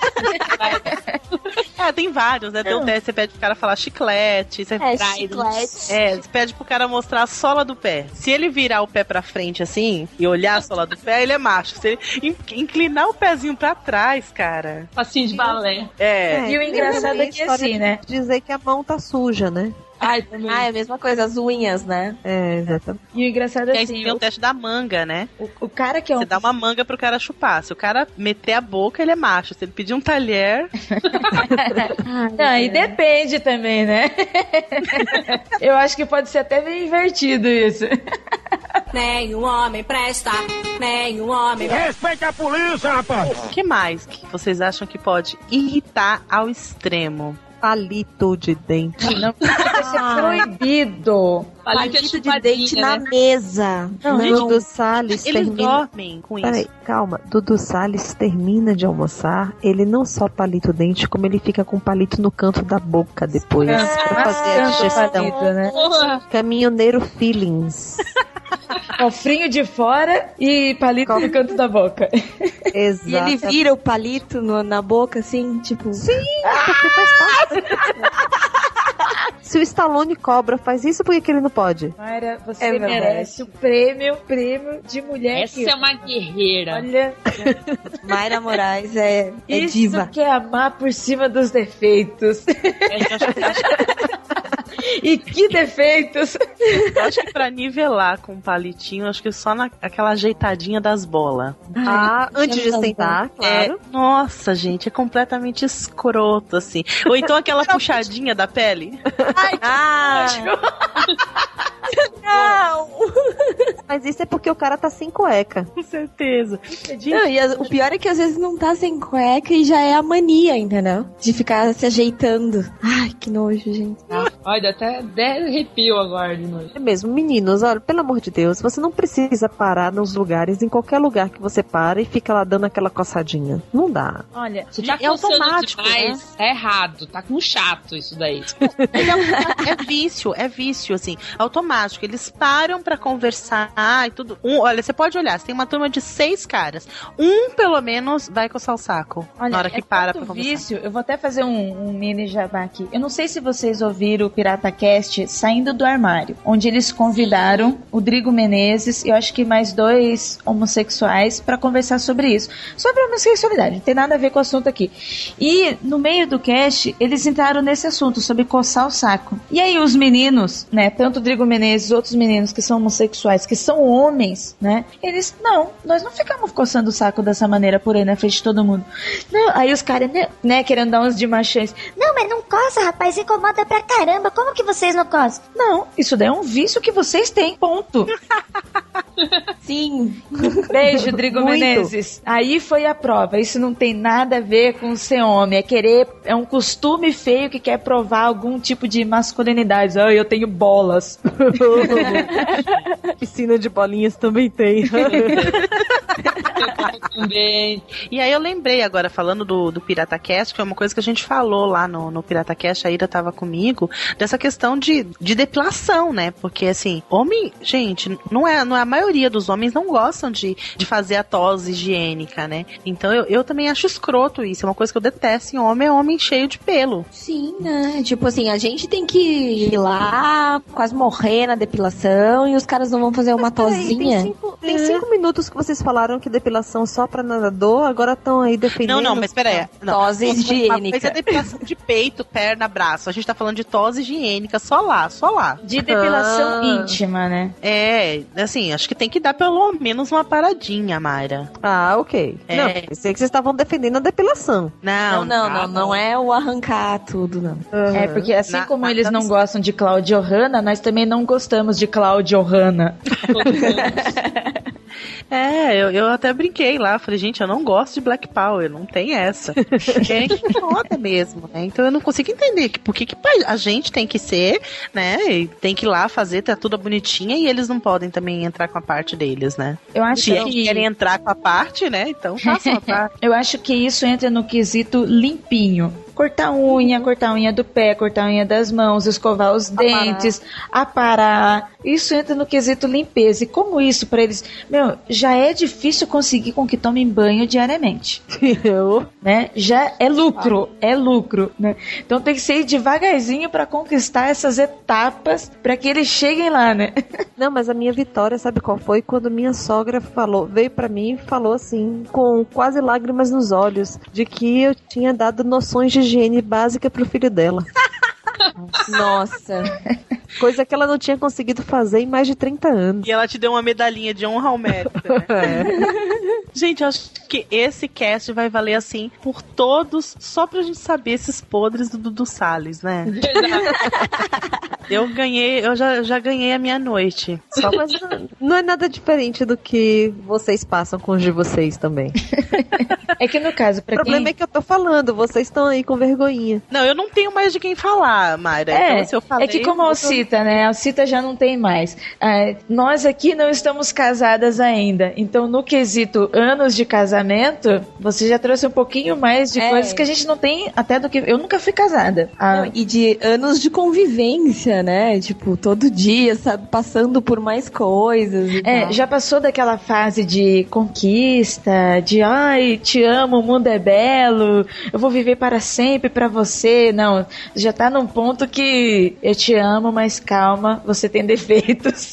tem vários, né? Tem um teste, você pede pro cara falar chiclete. Você chiclete. você pede pro cara mostrar a sola do pé. Se ele virar o pé pra frente assim e olhar a sola do pé, ele é macho. Se ele inclinar o pezinho pra trás, cara. Passinho de balé. E o engraçado é que assim, né? Dizer que a mão tá suja, né? É a mesma coisa, as unhas, né? Exatamente. E o engraçado é assim... tem o teste da manga, né? O cara que é Você dá uma manga pro cara chupar. Se o cara meter a boca, ele é macho. Se ele pedir um talher... E depende também, né? Eu acho que pode ser até meio invertido isso. Nenhum homem presta, nenhum homem... Respeite a polícia, rapaz! O que mais que vocês acham que pode irritar ao extremo? Palito de dente. Não pode ser proibido. Palito de dente na mesa. Não, Dudu Salles eles termina... dormem com Peraí, isso. calma. Dudu Salles termina de almoçar, ele não só palita o dente, como ele fica com palito no canto da boca depois. Pra fazer a digestão. Palito, né? Caminhoneiro Feelings. Cofrinho de fora e palito no canto da boca. Exato. E ele vira o palito na boca, assim, tipo... Sim, porque faz parte. Se o Stallone Cobra faz isso, por que ele não pode? Mayra, você merece o prêmio de mulher. Essa é uma guerreira. Olha, Mayra Moraes é diva. Isso que é amar por cima dos defeitos. E que defeitos! Eu acho que pra nivelar com um palitinho, acho que só naquela ajeitadinha das bolas. Antes de sentar, claro. Nossa, gente, é completamente escroto, assim. Ou então aquela puxadinha da pele. Não! Mas isso é porque o cara tá sem cueca. Com certeza. Não, o pior é que às vezes não tá sem cueca e já é a mania, entendeu? De ficar se ajeitando. Ai, que nojo, gente. Olha, até arrepio agora de noite. É mesmo, meninos, olha, pelo amor de Deus, você não precisa parar nos lugares, em qualquer lugar que você para e fica lá dando aquela coçadinha. Não dá. Olha, você tá automático, demais, né? Tá errado, tá com chato isso daí. É vício, assim, automático. Eles param pra conversar e tudo. Olha, você pode olhar, você tem uma turma de 6 caras. Pelo menos, vai coçar o saco. Olha, na hora que para pra conversar. Vício, eu vou até fazer um mini jabá aqui. Eu não sei se vocês ouviram o PirataCast Saindo do Armário, onde eles convidaram o Drigo Menezes e eu acho que mais 2 homossexuais pra conversar sobre isso. Sobre a homossexualidade, não tem nada a ver com o assunto aqui. E no meio do cast, eles entraram nesse assunto, sobre coçar o saco. E aí os meninos, né, tanto o Drigo Menezes, outros meninos que são homossexuais, que são homens, né, eles, nós não ficamos coçando o saco dessa maneira por aí na frente de todo mundo. Não, aí os caras, né, querendo dar uns de machões. Não, mas não coça, rapaz, incomoda pra caramba. Como que vocês não coçam? Não, isso daí é um vício que vocês têm, ponto. Sim. Beijo, Drigo Menezes. Aí foi a prova. Isso não tem nada a ver com ser homem. É um costume feio que quer provar algum tipo de masculinidade. Eu tenho bolas. Piscina de bolinhas também tem. Também. E aí eu lembrei agora, falando do PirataCast, que é uma coisa que a gente falou lá no PirataCast, a Ira tava comigo, dessa questão de depilação, né? Porque assim, homem, gente, não é a maioria dos homens não gostam de fazer a tosse higiênica, né? Então eu também acho escroto isso, é uma coisa que eu detesto em homem, é homem cheio de pelo. Sim, né? Tipo assim, a gente tem que ir lá, quase morrer na depilação e os caras não vão fazer uma tosinha. Tem 5 minutos que vocês falaram que depilação só pra nadador, agora estão aí defendendo... Não, mas peraí. Tosse higiênica. Uma coisa é depilação de peito, perna, braço. A gente tá falando de tosse higiênica, só lá. De depilação íntima, né? É, assim, acho que tem que dar pelo menos uma paradinha, Mayra. Ah, ok. Não, pensei que vocês estavam defendendo a depilação. Não é o arrancar tudo, não. É, porque assim como eles não gostam de Cláudio Hanna, nós também não gostamos de Cláudio Hanna. Eu até brinquei lá, falei, gente, eu não gosto de Black Power, não tem essa. É foda mesmo, né? Então eu não consigo entender por que a gente tem que ser, né? E tem que ir lá fazer, tá tudo bonitinha e eles não podem também entrar com a parte deles, né? Eu acho que querem entrar com a parte, né? Então façam a parte. Eu acho que isso entra no quesito limpinho. Cortar unha do pé, cortar unha das mãos, escovar os dentes, aparar. Isso entra no quesito limpeza. E como isso pra eles... já é difícil conseguir com que tomem banho diariamente. Né? Já é lucro. Né? Então tem que ser devagarzinho pra conquistar essas etapas pra que eles cheguem lá, né? Não, mas a minha vitória, sabe qual foi? Quando minha sogra veio pra mim e falou assim, com quase lágrimas nos olhos, de que eu tinha dado noções de higiene básica pro filho dela. Nossa. Coisa que ela não tinha conseguido fazer em mais de 30 anos. E ela te deu uma medalhinha de honra ao mérito, né? Gente, eu acho que esse cast vai valer, assim, por todos, só pra gente saber esses podres do Dudu Salles, né? Eu já ganhei a minha noite. Mas não é nada diferente do que vocês passam com os de vocês também. É que no caso, o problema é que eu tô falando, vocês estão aí com vergonhinha. Não, eu não tenho mais de quem falar, Mayra. Então, se eu falei, é que como a Alcita, né? A Alcita já não tem mais. Nós aqui não estamos casadas ainda. Então, no quesito anos de casamento, você já trouxe um pouquinho mais de coisas que a gente não tem, até do que... Eu nunca fui casada. E de anos de convivência, né? Tipo, todo dia, sabe? Passando por mais coisas e tal. Já passou daquela fase de conquista, de ai, te amo, o mundo é belo, eu vou viver para sempre pra você. Não, já tá num ponto que eu te amo, mas calma, você tem defeitos.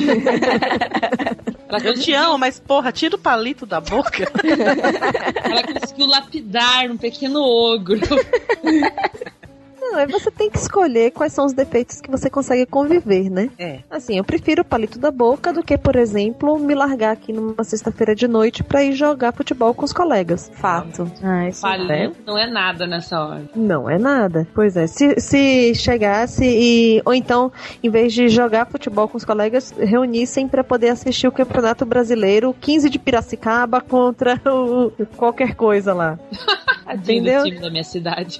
Eu te amo, mas porra, tira o palito da boca. Ela conseguiu lapidar um pequeno ogro. Não, aí você tem que escolher quais são os defeitos que você consegue conviver, né? Assim, eu prefiro o palito da boca do que, por exemplo, me largar aqui numa sexta-feira de noite pra ir jogar futebol com os colegas. Fato. Palito não é nada nessa hora. Não é nada. Pois é, se chegasse e... Ou então, em vez de jogar futebol com os colegas, reunissem pra poder assistir o Campeonato Brasileiro 15 de Piracicaba contra qualquer coisa lá. Entendeu? Do time da minha cidade.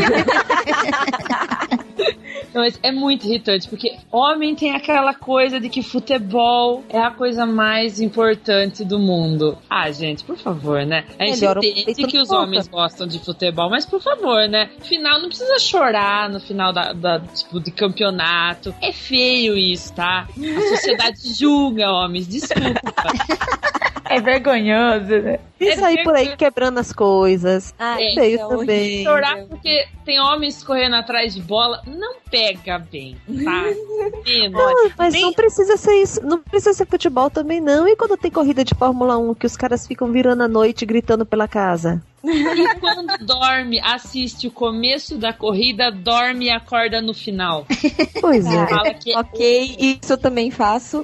Não, mas é muito irritante, porque homem tem aquela coisa de que futebol é a coisa mais importante do mundo. Gente, por favor, né? A gente entende que os homens gostam de futebol, mas por favor, né? Final, não precisa chorar no final tipo, de campeonato. É feio isso, tá? A sociedade julga homens, desculpa. É vergonhoso, né? E sair por aí quebrando as coisas. Feio também. Chorar porque tem homens correndo atrás de bola, não pega bem, tá? Não, mas não precisa ser isso. Não precisa ser futebol também, não. E quando tem corrida de Fórmula 1 que os caras ficam virando a noite gritando pela casa? E quando dorme, assiste o começo da corrida, dorme e acorda no final. Pois é. Fala que ok, isso eu também faço.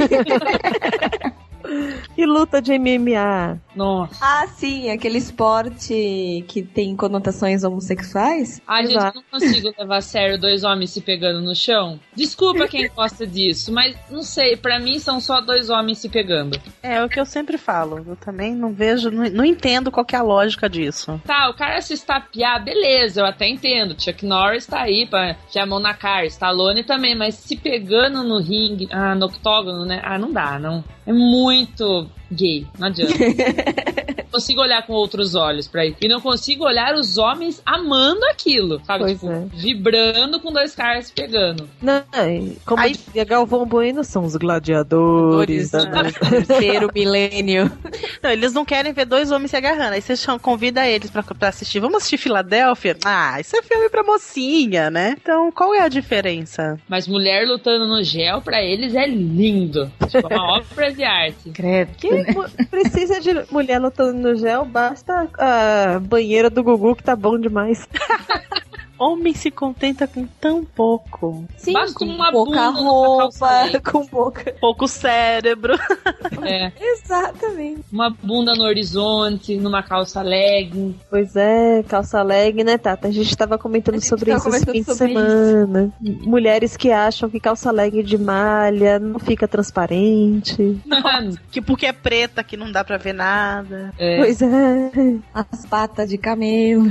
E luta de MMA. Nossa. Sim, aquele esporte que tem conotações homossexuais. Gente, eu não consigo levar a sério 2 homens se pegando no chão. Desculpa quem gosta disso, mas não sei, pra mim são só 2 homens se pegando. É o que eu sempre falo. Eu também não vejo, não entendo qual que é a lógica disso. Tá, o cara se estapear, beleza, eu até entendo. Chuck Norris tá aí pra ter a mão na cara, Stallone também, mas se pegando no ringue, no octógono, né? Não dá, não. É muito gay, não adianta. consigo olhar com outros olhos pra isso. E não consigo olhar os homens amando aquilo, sabe? Pois tipo, é. vibrando com dois caras se pegando. Não, como dizia Galvão Bueno, são os gladiadores Terceiro milênio. Não, eles não querem ver dois homens se agarrando. Aí você convida eles pra assistir. Vamos assistir Filadélfia? Ah, isso é filme pra mocinha, né? Então, qual é a diferença? Mas mulher lutando no gel, pra eles é lindo. Tipo, uma obra de arte. Credo. Precisa de mulher lutando no gel, basta a banheira do Gugu que tá bom demais. Homem se contenta com tão pouco. Sim, basta com uma pouca bunda roupa, com pouco cérebro. É. Exatamente. Uma bunda no horizonte, numa calça legging. Pois é, calça legging, né, Tata? A gente tava comentando sobre isso esse fim de semana. Mulheres que acham que calça legging de malha não fica transparente. Que porque é preta, que não dá pra ver nada. É. Pois é. As patas de camelo.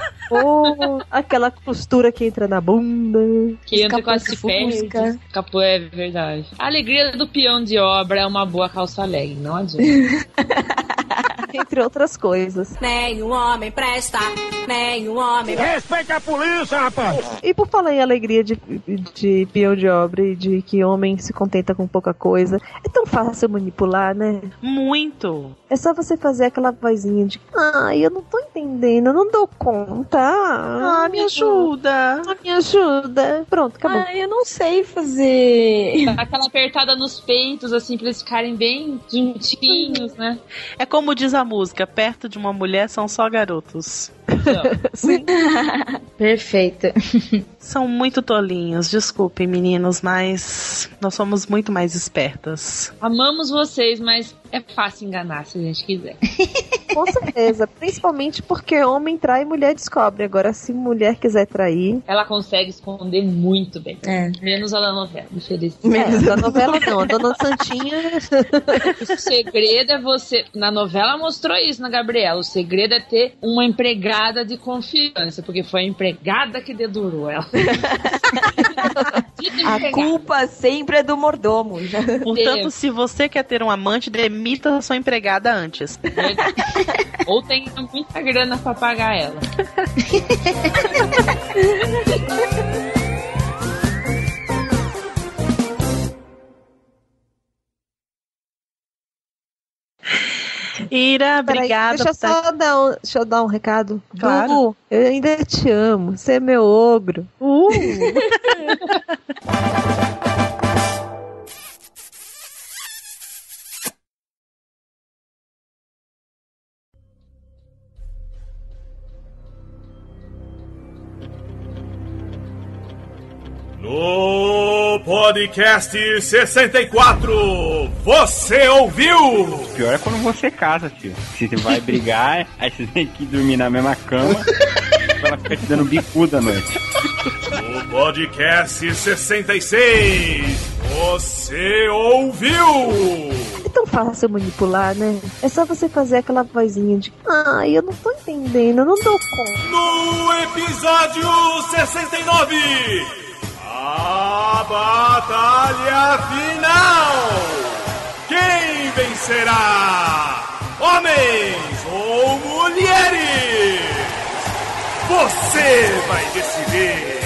Ou aquela costura que entra na bunda. Que entra com as perde. Capô, é verdade. A alegria do peão de obra é uma boa calça legging, não adianta. Entre outras coisas. Nenhum homem presta, nenhum homem... Respeita a polícia, rapaz! E por falar em alegria de peão de obra e de que homem se contenta com pouca coisa, é tão fácil manipular, né? Muito! É só você fazer aquela vozinha de eu não tô entendendo, eu não dou conta. Me ajuda! Me ajuda! Pronto, acabou. Eu não sei fazer. Aquela apertada nos peitos, assim, pra eles ficarem bem juntinhos, né? É como diz a música, perto de uma mulher são só garotos. Sim. Perfeito. São muito tolinhos, desculpem meninos, mas nós somos muito mais espertas. Amamos vocês, mas é fácil enganar se a gente quiser. Com certeza, principalmente porque homem trai e mulher descobre. Agora, se mulher quiser trair... Ela consegue esconder muito bem. Menos a da novela, infelizmente. Menos a novela não, a Dona Santinha... O segredo é você... Na novela mostrou isso na Gabriela. O segredo é ter uma empregada de confiança, porque foi a empregada que dedurou ela. A culpa sempre é do mordomo. Portanto, se você quer ter um amante, demita a sua empregada antes. Ou tem muita grana pra pagar ela. Ira, obrigada. Deixa eu dar um recado. Claro. Dudu, eu ainda te amo. Você é meu ogro. No podcast 64, você ouviu? O pior é quando você casa, tio. Se você vai brigar, aí você tem que dormir na mesma cama, ela fica te dando bicuda à noite. No podcast 66, você ouviu? É tão fácil manipular, né? É só você fazer aquela vozinha de eu não tô entendendo, eu não dou conta. No episódio 69, a batalha final! Quem vencerá? Homens ou mulheres? Você vai decidir!